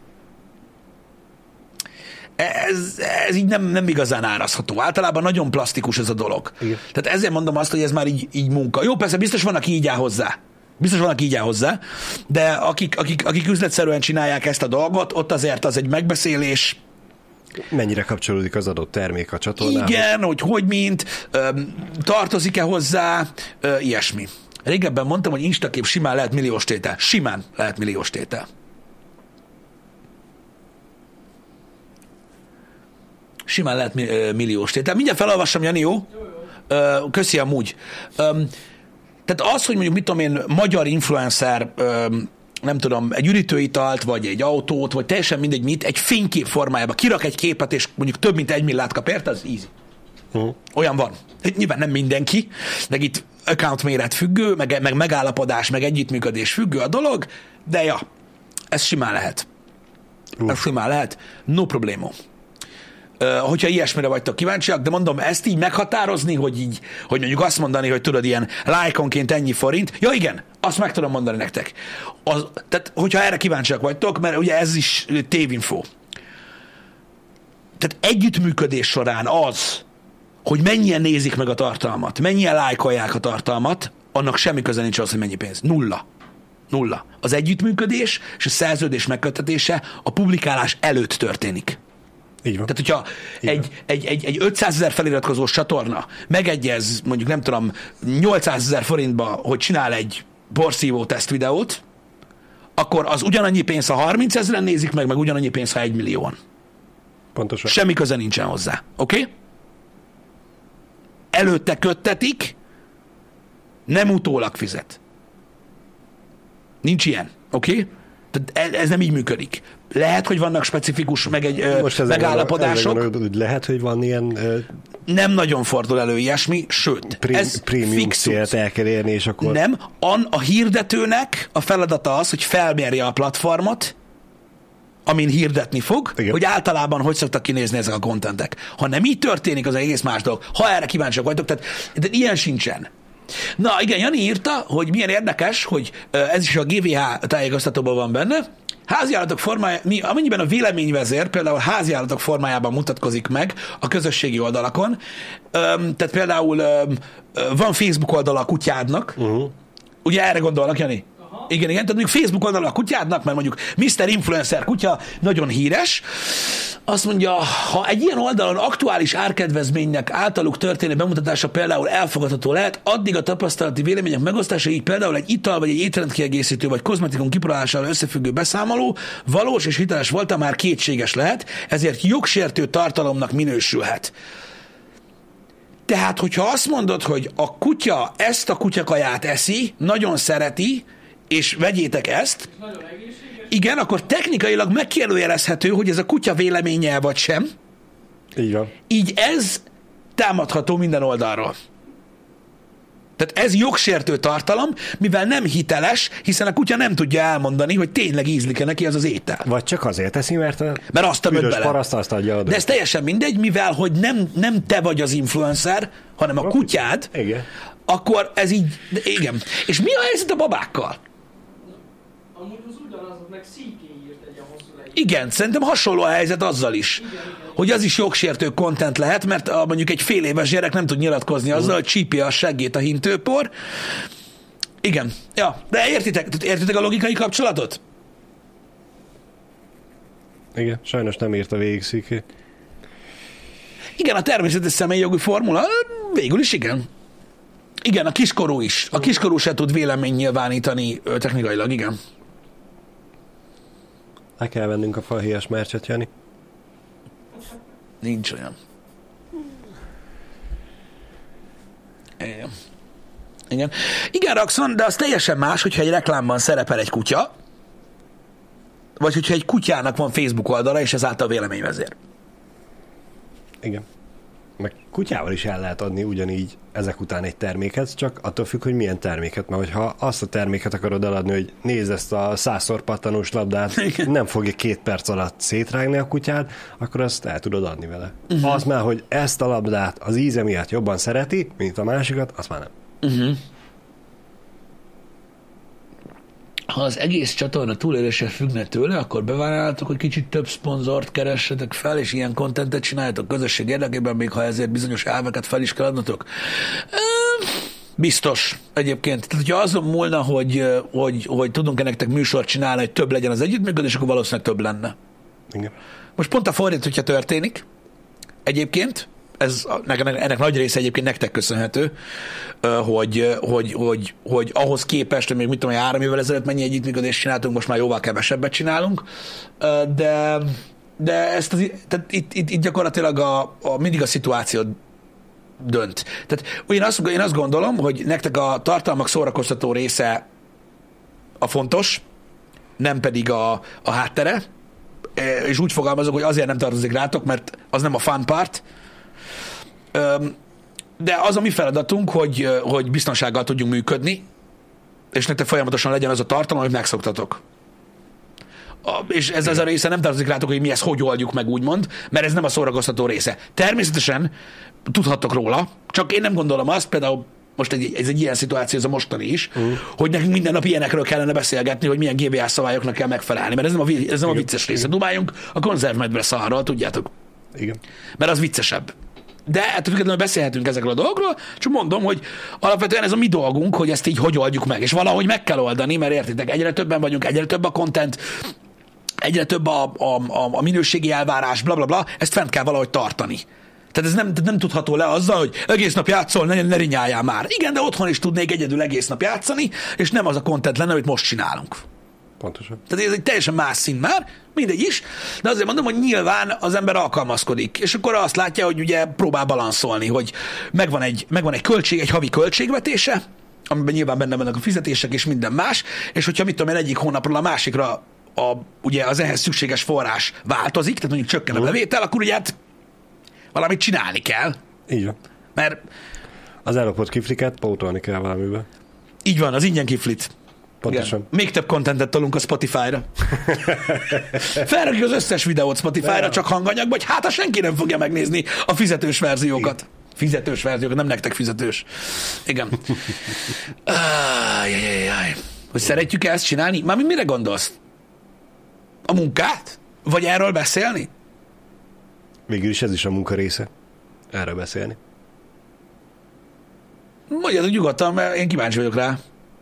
S1: Ez így nem igazán árazható. Általában nagyon plastikus ez a dolog. Igen. Tehát ezért mondom azt, hogy ez már így munka. Jó, persze biztos van, aki így áll hozzá. De akik üzletszerűen csinálják ezt a dolgot, ott azért az egy megbeszélés.
S2: Mennyire kapcsolódik az adott termék a csatornához?
S1: Igen, hogy mint, tartozik-e hozzá, ilyesmi. Régebben mondtam, hogy Instakép simán lehet milliós tétel. Simán lehet milliós tétel. Simán lehet milliós tétel. Mindjárt felolvassam, Jani, jó? Köszi amúgy. Tehát az, hogy mondjuk, mit tudom én, magyar influencer, nem tudom, egy üdítőitalt, vagy egy autót, vagy teljesen mindegy mit, egy fénykép formájában kirak egy képet, és mondjuk több mint 1 milliárd kap érte, az easy. Olyan van. Nyilván nem mindenki, meg itt account méret függő, meg megállapodás, meg együttműködés függő a dolog, de ja, ez simán lehet. Ez simán lehet. No problémo. Hogyha ilyesmire vagytok kíváncsiak, de mondom, ezt így meghatározni, hogy mondjuk azt mondani, hogy tudod, ilyen lájkonként ennyi forint, ja igen, azt meg tudom mondani nektek. Tehát, hogyha erre kíváncsiak vagytok, mert ugye ez is tévinfo. Tehát együttműködés során az, hogy mennyien nézik meg a tartalmat, mennyien lájkolják a tartalmat, annak semmi köze nincs az, hogy mennyi pénz. Nulla. Az együttműködés és a szerződés megköttetése a publikálás előtt történik.
S2: Így van.
S1: Tehát, hogyha egy 500 000 feliratkozós csatorna megegyez, mondjuk nem tudom, 800 000 forintba, hogy csinál egy porszívó teszt videót, akkor az ugyanannyi pénz, ha 30 000-en nézik meg ugyanannyi pénz, ha 1 millióan.
S2: Pontosan.
S1: Semmi köze nincsen hozzá. Oké? Okay? Előtte köttetik, nem utólag fizet. Nincs ilyen. Oké? Okay? Tehát ez nem így működik. Lehet, hogy vannak specifikus megállapodások.
S2: Lehet, hogy van ilyen...
S1: Nem nagyon fordul elő ilyesmi, sőt, ez
S2: prémium célt el kell érni, és akkor...
S1: Nem, a hirdetőnek a feladata az, hogy felmérje a platformot, amin hirdetni fog, igen, hogy általában hogy szoktak kinézni ezek a kontentek. Ha nem így történik, az egész más dolog. Ha erre kíváncsiak vagytok, tehát ilyen sincsen. Na igen, Jani írta, hogy milyen érdekes, hogy ez is a GVH tájékoztatóban van benne. Háziállatok formájában, amennyiben a véleményvezér például háziállatok formájában mutatkozik meg a közösségi oldalakon, tehát például van Facebook oldala a kutyádnak, ugye erre gondolnak, Jani? Igen, tehát mondjuk Facebook oldalon a kutyádnak, mert mondjuk Mr. Influencer kutya nagyon híres, azt mondja, ha egy ilyen oldalon aktuális árkedvezménynek általuk történő bemutatása például elfogadható lehet, addig a tapasztalati vélemények megosztása, így például egy ital, vagy egy étrendkiegészítő, vagy kozmetikum kipróbálásával összefüggő beszámoló valós és hiteles volta már kétséges lehet, ezért jogsértő tartalomnak minősülhet. Tehát, hogyha azt mondod, hogy a kutya ezt a kutyakaját eszi, nagyon szereti, és vegyétek ezt, igen, akkor technikailag megkérdőjelezhető, hogy ez a kutya véleménye vagy sem.
S2: Így van.
S1: Így ez támadható minden oldalról. Tehát ez jogsértő tartalom, mivel nem hiteles, hiszen a kutya nem tudja elmondani, hogy tényleg ízlik-e neki az étel.
S2: Vagy csak azért teszi, mert
S1: azt tömött bele.
S2: Paraszt azt adja oda.
S1: De ez teljesen mindegy, mivel hogy nem te vagy az influencer, hanem a kutyád,
S2: igen,
S1: akkor ez így, igen. És mi a helyzet a babákkal?
S3: Amúgy az ugyanazok, meg szíkén írt egy a hosszú leírt.
S1: Igen, szerintem hasonló a helyzet azzal is. Igen. Hogy az is jogsértő content lehet, mert mondjuk egy fél éves gyerek nem tud nyilatkozni azzal, hogy csípi a seggét a hintőpor. Igen. Ja, de értitek a logikai kapcsolatot?
S2: Igen, sajnos nem írta végig Sziki.
S1: Igen, a természetes személyjogi formula végül is igen. Igen, a kiskorú is. A kiskorú se tud vélemény nyilvánítani technikailag, igen.
S2: Le kell vennünk a falhéjas mercset, Jani.
S1: Nincs olyan. Igen. Igen. Igen, Raxon, de az teljesen más, hogyha egy reklámban szerepel egy kutya, vagy hogyha egy kutyának van Facebook oldala, és ezáltal véleményvezér.
S2: Igen. Meg kutyával is el lehet adni ugyanígy ezek után egy terméket, csak attól függ, hogy milyen terméket, mert hogyha azt a terméket akarod eladni, hogy nézd ezt a 100-szor pattanós labdát,
S1: Igen.
S2: nem fogja 2 perc alatt szétrágni a kutyád, akkor azt el tudod adni vele. Az már, hogy ezt a labdát az íze miatt jobban szereti, mint a másikat, azt már nem.
S1: Ha az egész csatorna túlélése függne tőle, akkor bevállaltok, hogy kicsit több szponzort keressetek fel, és ilyen kontentet csináljatok közösség érdekében, még ha ezért bizonyos elveket fel is kell adnotok. Biztos egyébként. Tehát, hogyha azon múlna, hogy tudunk-e nektek műsort csinálni, hogy több legyen az együttműködés, akkor valószínűleg több lenne.
S2: Igen.
S1: Most pont a fordít, hogyha történik, egyébként, ennek nagy része egyébként nektek köszönhető, hogy ahhoz képest, hogy még mit tudom, 3 évvel ezelőtt mennyi együttműködést csináltunk, most már jóval kevesebbet csinálunk, de ezt tehát itt gyakorlatilag mindig a szituáció dönt. Tehát én azt gondolom, hogy nektek a tartalmak szórakoztató része a fontos, nem pedig a háttere, és úgy fogalmazok, hogy azért nem tartozik rátok, mert az nem a fun part, de az a mi feladatunk, hogy biztonsággal tudjunk működni, és nektek folyamatosan legyen az a tartalom, amit megszoktatok. És ez a része nem tartozik rátok, hogy mi ezt hogy oldjuk meg, úgymond, mert ez nem a szórakoztató része. Természetesen tudhattok róla, csak én nem gondolom azt, például most ez egy ilyen szituáció, ez a mostani is, hogy nekünk minden nap ilyenekről kellene beszélgetni, hogy milyen GBA szabályoknak kell megfelelni, mert ez nem a vicces része. Dumáljunk a konzervmedve szarral, tudjátok?
S2: Igen.
S1: Mert az viccesebb. De ettől függetlenül beszélhetünk ezekről a dolgokról, csak mondom, hogy alapvetően ez a mi dolgunk, hogy ezt így hogy oldjuk meg, és valahogy meg kell oldani, mert értitek, egyre többen vagyunk, egyre több a content, egyre több a minőségi elvárás, blablabla, bla, bla, ezt fent kell valahogy tartani. Tehát ez nem tudható le azzal, hogy egész nap játszol, ne rinyáljál már. Igen, de otthon is tudnék egyedül egész nap játszani, és nem az a content lenne, amit most csinálunk.
S2: Pontosan.
S1: Tehát ez egy teljesen más szint már, mindegy is, de azért mondom, hogy nyilván az ember alkalmazkodik, és akkor azt látja, hogy ugye próbál balanszolni, hogy megvan egy költség, egy havi költségvetése, amiben nyilván benne vannak a fizetések és minden más, és hogyha mit tudom én, egyik hónapról a másikra ugye az ehhez szükséges forrás változik, tehát mondjuk csökken a bevétel, akkor ugye hát valamit csinálni kell.
S2: Így van.
S1: Mert
S2: az ellopott kifliket pótolni kell valamivel.
S1: így van, az ingyen kiflit.
S2: Pontosan.
S1: Igen. Még több kontentet tolunk a Spotify-ra. Felrakjuk az összes videót Spotify-ra, csak hanganyagban, hogy hát ha senki nem fogja megnézni a fizetős verziókat. Igen. Fizetős verziókat, nem nektek fizetős. Igen. Hogy szeretjük ezt csinálni? Már mire gondolsz? A munkát? Vagy erről beszélni?
S2: Végül is ez is a munka része. Erről beszélni.
S1: Mondjátok nyugodtan, mert én kíváncsi vagyok rá.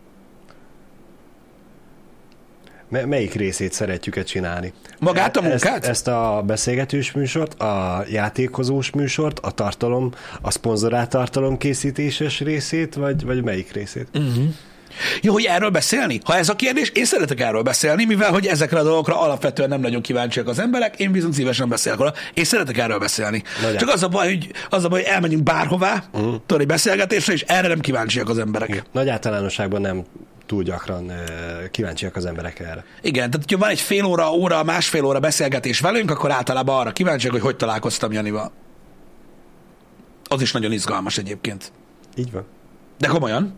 S2: Melyik részét szeretjük csinálni?
S1: Magát a munkát?
S2: Ezt a beszélgetős műsort, a játékozós műsort, a szponzorált tartalom készítéses részét, vagy melyik részét?
S1: Uh-huh. Jó, hogy erről beszélni? Ha ez a kérdés, én szeretek erről beszélni, mivel hogy ezekre a dolgokra alapvetően nem nagyon kíváncsiak az emberek, én viszont szívesen beszélek róla. Én szeretek erről beszélni. Nagyon. Csak az a baj, hogy elmenjünk bárhová, egy beszélgetésre, és erre nem kíváncsiak az emberek.
S2: Igen. Nagy általánosságban nem túl gyakran kíváncsiak az emberek erre.
S1: Igen, tehát ha van egy fél óra, másfél óra beszélgetés velünk, akkor általában arra kíváncsiak, hogy találkoztam Janival. Az is nagyon izgalmas egyébként.
S2: Így van.
S1: De komolyan.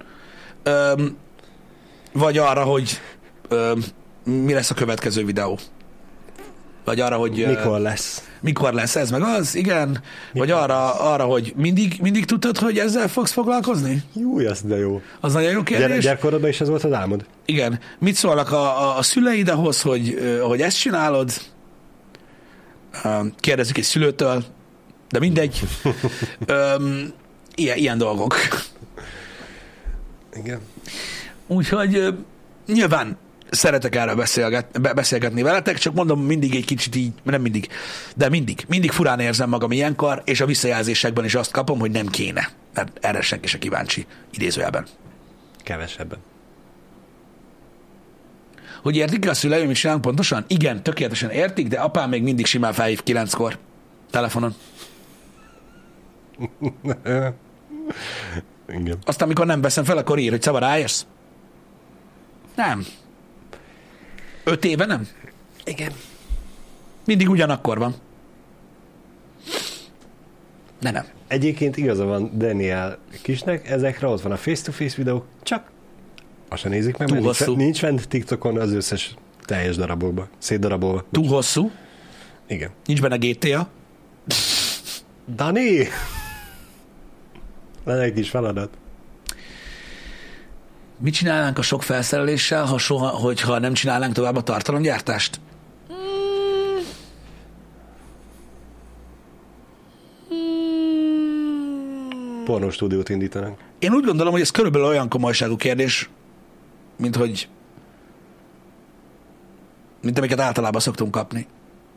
S1: Vagy arra, hogy mi lesz a következő videó. Vagy arra, hogy... Mikor lesz ez, meg az, igen. Mikor vagy arra, hogy mindig tudtad, hogy ezzel fogsz foglalkozni?
S2: Jó, az de jó.
S1: Az nagyon jó kérdés.
S2: Gyerekkorodban is ez volt az álmod?
S1: Igen. Mit szólnak a szüleid ahhoz, hogy ezt csinálod? Kérdezik egy szülőtől, de mindegy. Ilyen dolgok.
S2: Igen.
S1: Úgyhogy nyilván szeretek erről beszélgetni veletek, csak mondom, mindig egy kicsit így, nem mindig, de mindig furán érzem magam ilyenkor, és a visszajelzésekben is azt kapom, hogy nem kéne, mert erre senki se kíváncsi, idézőjelben.
S2: Kevesebben.
S1: Hogy értik a szüleim is csinálunk pontosan? Igen, tökéletesen értik, de apám még mindig simán felhív 9-kor telefonon.
S2: Igen.
S1: Aztán, amikor nem veszem fel, akkor ír, hogy Szava, ráérsz? Nem. 5 éve nem?
S2: Igen.
S1: Mindig ugyanakkor van. Nem.
S2: Egyébként igaza van Daniel Kisnek, ezekre ott van a face-to-face videó, csak azt se nézik meg, mert nincs fent TikTokon az összes teljes darabokba, szétdarabolva.
S1: Túl hosszú.
S2: Igen.
S1: Nincs benne GTA.
S2: Dani! Lenne egy kis feladat.
S1: Mit csinálnánk a sok felszereléssel, hogyha nem csinálnánk tovább a tartalomgyártást?
S2: Pornóstúdiót indítanánk.
S1: Én úgy gondolom, hogy ez körülbelül olyan komolyságú kérdés, mint amiket általában szoktunk kapni.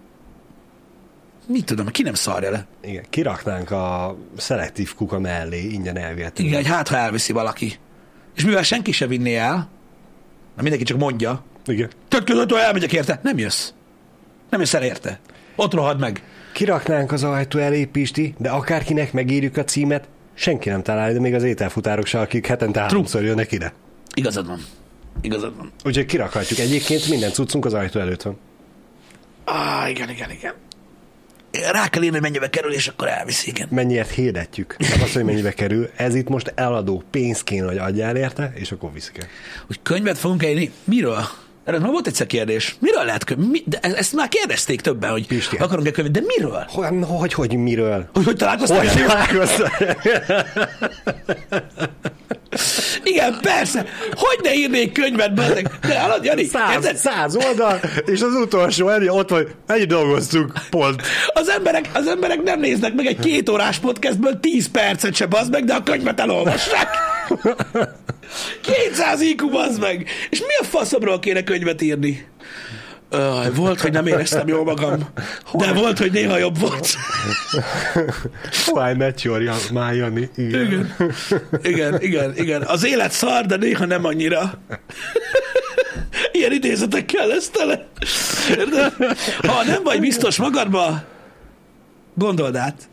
S1: Mit tudom, ki nem szarja le?
S2: Igen, kiraknánk a szelektív kuka mellé, ingyen elvihetünk.
S1: Igen, hogy ha elviszi valaki. És mivel senki se vinné el, mert mindenki csak mondja,
S2: Igen.
S1: tök között, hogy elmegyek érte, nem jössz. Nem jössz el érte. Ott rohad meg.
S2: Kiraknánk az ajtó elé, Pisti, de akárkinek megírjuk a címet, senki nem találja, de még az ételfutárok se, akik hetente 3-szor jönnek ide.
S1: Igazad van. Igazad van.
S2: Úgyhogy kirakhatjuk. Egyébként minden cuccunk az ajtó előtt van.
S1: Igen. Rá kell írni, hogy mennyibe kerül, és akkor elviszi, igen.
S2: Mennyiért hirdetjük. Nem azt, hogy mennyibe kerül. Ez itt most eladó, pénz kéne, hogy adjál érte, és akkor viszik el.
S1: Hogy könyvet fogunk írni? Miről? Erre már volt egyszer kérdés. Miről lehet könyv? De ezt már kérdezték többen, hogy
S2: Pisti,
S1: akarunk-e könyvet, de miről?
S2: Hogy miről?
S1: Hogy találkoztál?
S2: Hogy találkoztál?
S1: Igen, persze. Hogy ne írnék könyvet, bazdeg? De hallod, Jani?
S2: 100 oldal, és az utolsó elő, ott vagy, ennyi dolgoztunk, pont.
S1: Az emberek nem néznek meg egy 2 órás podcastből 10 percet se, bazd meg, de a könyvet elolvassák. 200 IQ, bazd meg. És mi a faszomról kéne könyvet írni? Volt, hogy nem éreztem jól magam, de volt, hogy néha jobb volt.
S2: Why met your Jani?
S1: Igen. Az élet szar, de néha nem annyira. Ilyen idézetekkel lesz tele. De ha nem vagy biztos magadba, gondold át.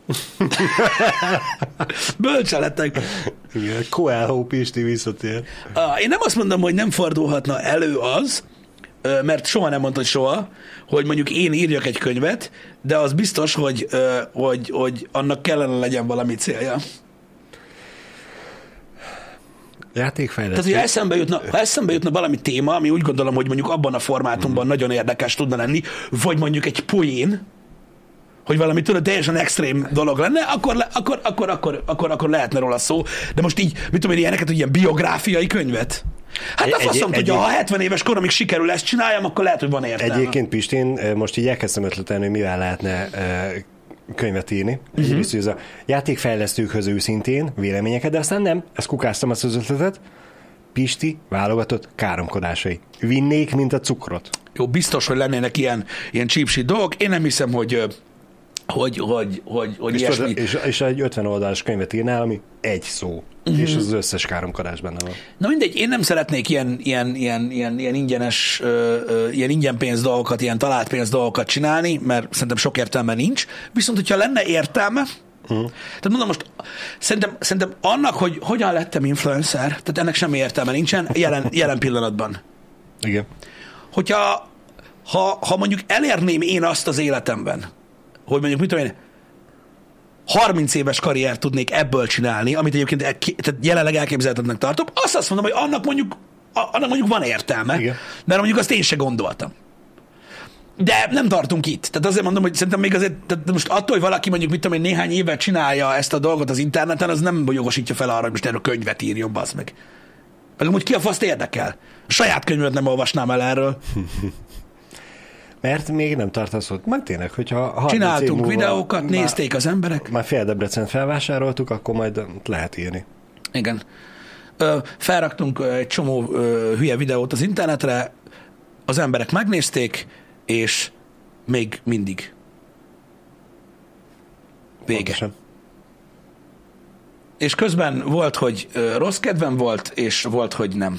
S1: Bölcseletek.
S2: Igen, Coelho Pisti visszatér.
S1: Én nem azt mondom, hogy nem fordulhatna elő az, mert soha nem mondta, hogy soha, hogy mondjuk én írjak egy könyvet, de az biztos, hogy annak kellene legyen valami célja.
S2: Játékfejlesztés.
S1: Tehát, ha eszembe jutna valami téma, ami úgy gondolom, hogy mondjuk abban a formátumban nagyon érdekes tudna lenni, vagy mondjuk egy poén, hogy valami teljesen extrém dolog lenne, akkor lehetne róla szó. De most így, mit tudom én, ilyeneket, hogy ilyen biográfiai könyvet? Hát a faszom tudja, ha 70 éves koromig sikerül ezt csináljam, akkor lehet, hogy van értelme.
S2: Egyébként Pistin, most így elkezdtem ötletelni, hogy mivel lehetne könyvet írni. Egyrészt, hogy ez a játékfejlesztőkhöz őszintén véleményeket, de aztán nem, ezt kukáztam azt az ötletet. Pisti válogatott káromkodásai. Vinnék, mint a cukrot.
S1: Jó, biztos, hogy lennének ilyen cheap shit dolgok. Én nem hiszem, hogy ilyesmi.
S2: És egy 50 oldalas könyvet írnál, ami egy szó. És az összes káromkodás benne van.
S1: Na mindegy, én nem szeretnék ilyen ingyenes, ilyen ingyenpénz dolgokat, ilyen talált pénz dolgokat csinálni, mert szerintem sok értelme nincs. Viszont, hogyha lenne értelme, tehát mondom most, szerintem annak, hogy hogyan lettem influencer, tehát ennek semmi értelme nincsen jelen pillanatban.
S2: Igen.
S1: Hogyha ha mondjuk elérném én azt az életemben, hogy mondjuk, mit tudom én, 30 éves karriert tudnék ebből csinálni, amit egyébként tehát jelenleg elképzelhetetlennek tartom, azt mondom, hogy annak mondjuk van értelme, igen. Mert mondjuk azt én se gondoltam. De nem tartunk itt. Tehát azért mondom, hogy szerintem még azért, tehát most attól, hogy valaki mondjuk, mit tudom én, néhány évet csinálja ezt a dolgot az interneten, az nem jogosítja fel arra, hogy most erről könyvet írjon, bazd meg. Meg amúgy ki a faszt érdekel? A saját könyvet nem olvasnám el erről.
S2: Mert még nem tartasz ott. Majd tényleg, hogyha
S1: csináltunk videókat, nézték az emberek.
S2: Már fél Debrecen felvásároltuk, akkor majd lehet írni.
S1: Igen. Felraktunk egy csomó hülye videót az internetre, az emberek megnézték, és még mindig vége.
S2: Pontosan.
S1: És közben volt, hogy rossz kedvem volt, és volt, hogy nem.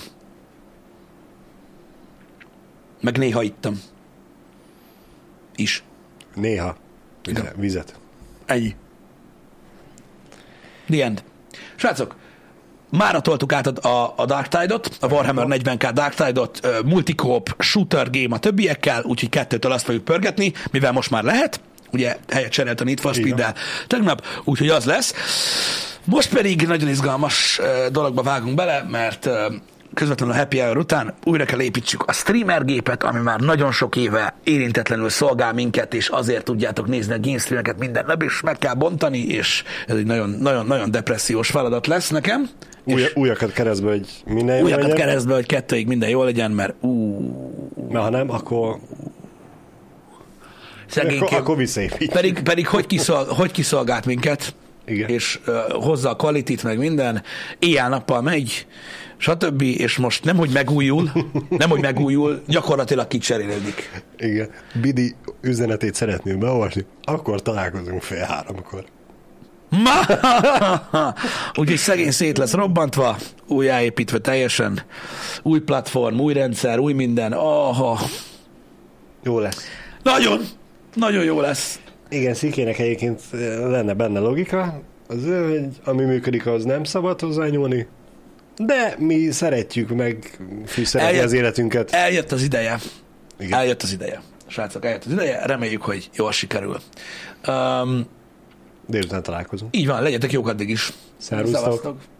S1: Meg néha ittam. Is.
S2: Néha.
S1: Igen.
S2: Vizet.
S1: Ennyi. The end. Srácok, mára toltuk át a Dark Tide-ot, a Warhammer 40k Dark Tide-ot, multicoop, shooter game a többiekkel, úgyhogy 2-től azt fogjuk pörgetni, mivel most már lehet. ugye helyet cserélt a Need for Speed-del tegnap, úgyhogy az lesz. Most pedig nagyon izgalmas dologba vágunk bele, mert közvetlenül a Happy Hour után újra kell építsük a streamer gépet, ami már nagyon sok éve érintetlenül szolgál minket, és azért tudjátok nézni a game streameket minden nap, és meg kell bontani, és ez egy nagyon depressziós feladat lesz nekem.
S2: Újakat keresztbe, hogy minden jól legyen.
S1: Újakat keresztbe, hogy 2-ig minden jól legyen, mert
S2: mert ha nem, akkor akkor visszaépít.
S1: Pedig hogy kiszolgált minket, igen. És hozza a quality-t, meg minden, éjjel-nappal megy, stb. És most nem, hogy megújul, gyakorlatilag kicserélődik.
S2: Igen. Bidi üzenetét szeretném beolvasni, akkor találkozunk 2:30-kor.
S1: Úgyhogy szegény szét lesz robbantva, újjáépítve teljesen, új platform, új rendszer, új minden.
S2: Jó lesz.
S1: Nagyon jó lesz.
S2: Igen, Szikének egyébként lenne benne logika, az ami működik, az nem szabad hozzányúlni, de mi szeretjük meg fűszeretni az életünket.
S1: Eljött az ideje. Igen. Eljött az ideje. Srácok, eljött az ideje, reméljük, hogy jól sikerül.
S2: Délután találkozunk.
S1: Így van, legyetek jók addig is.
S2: Szervusztok.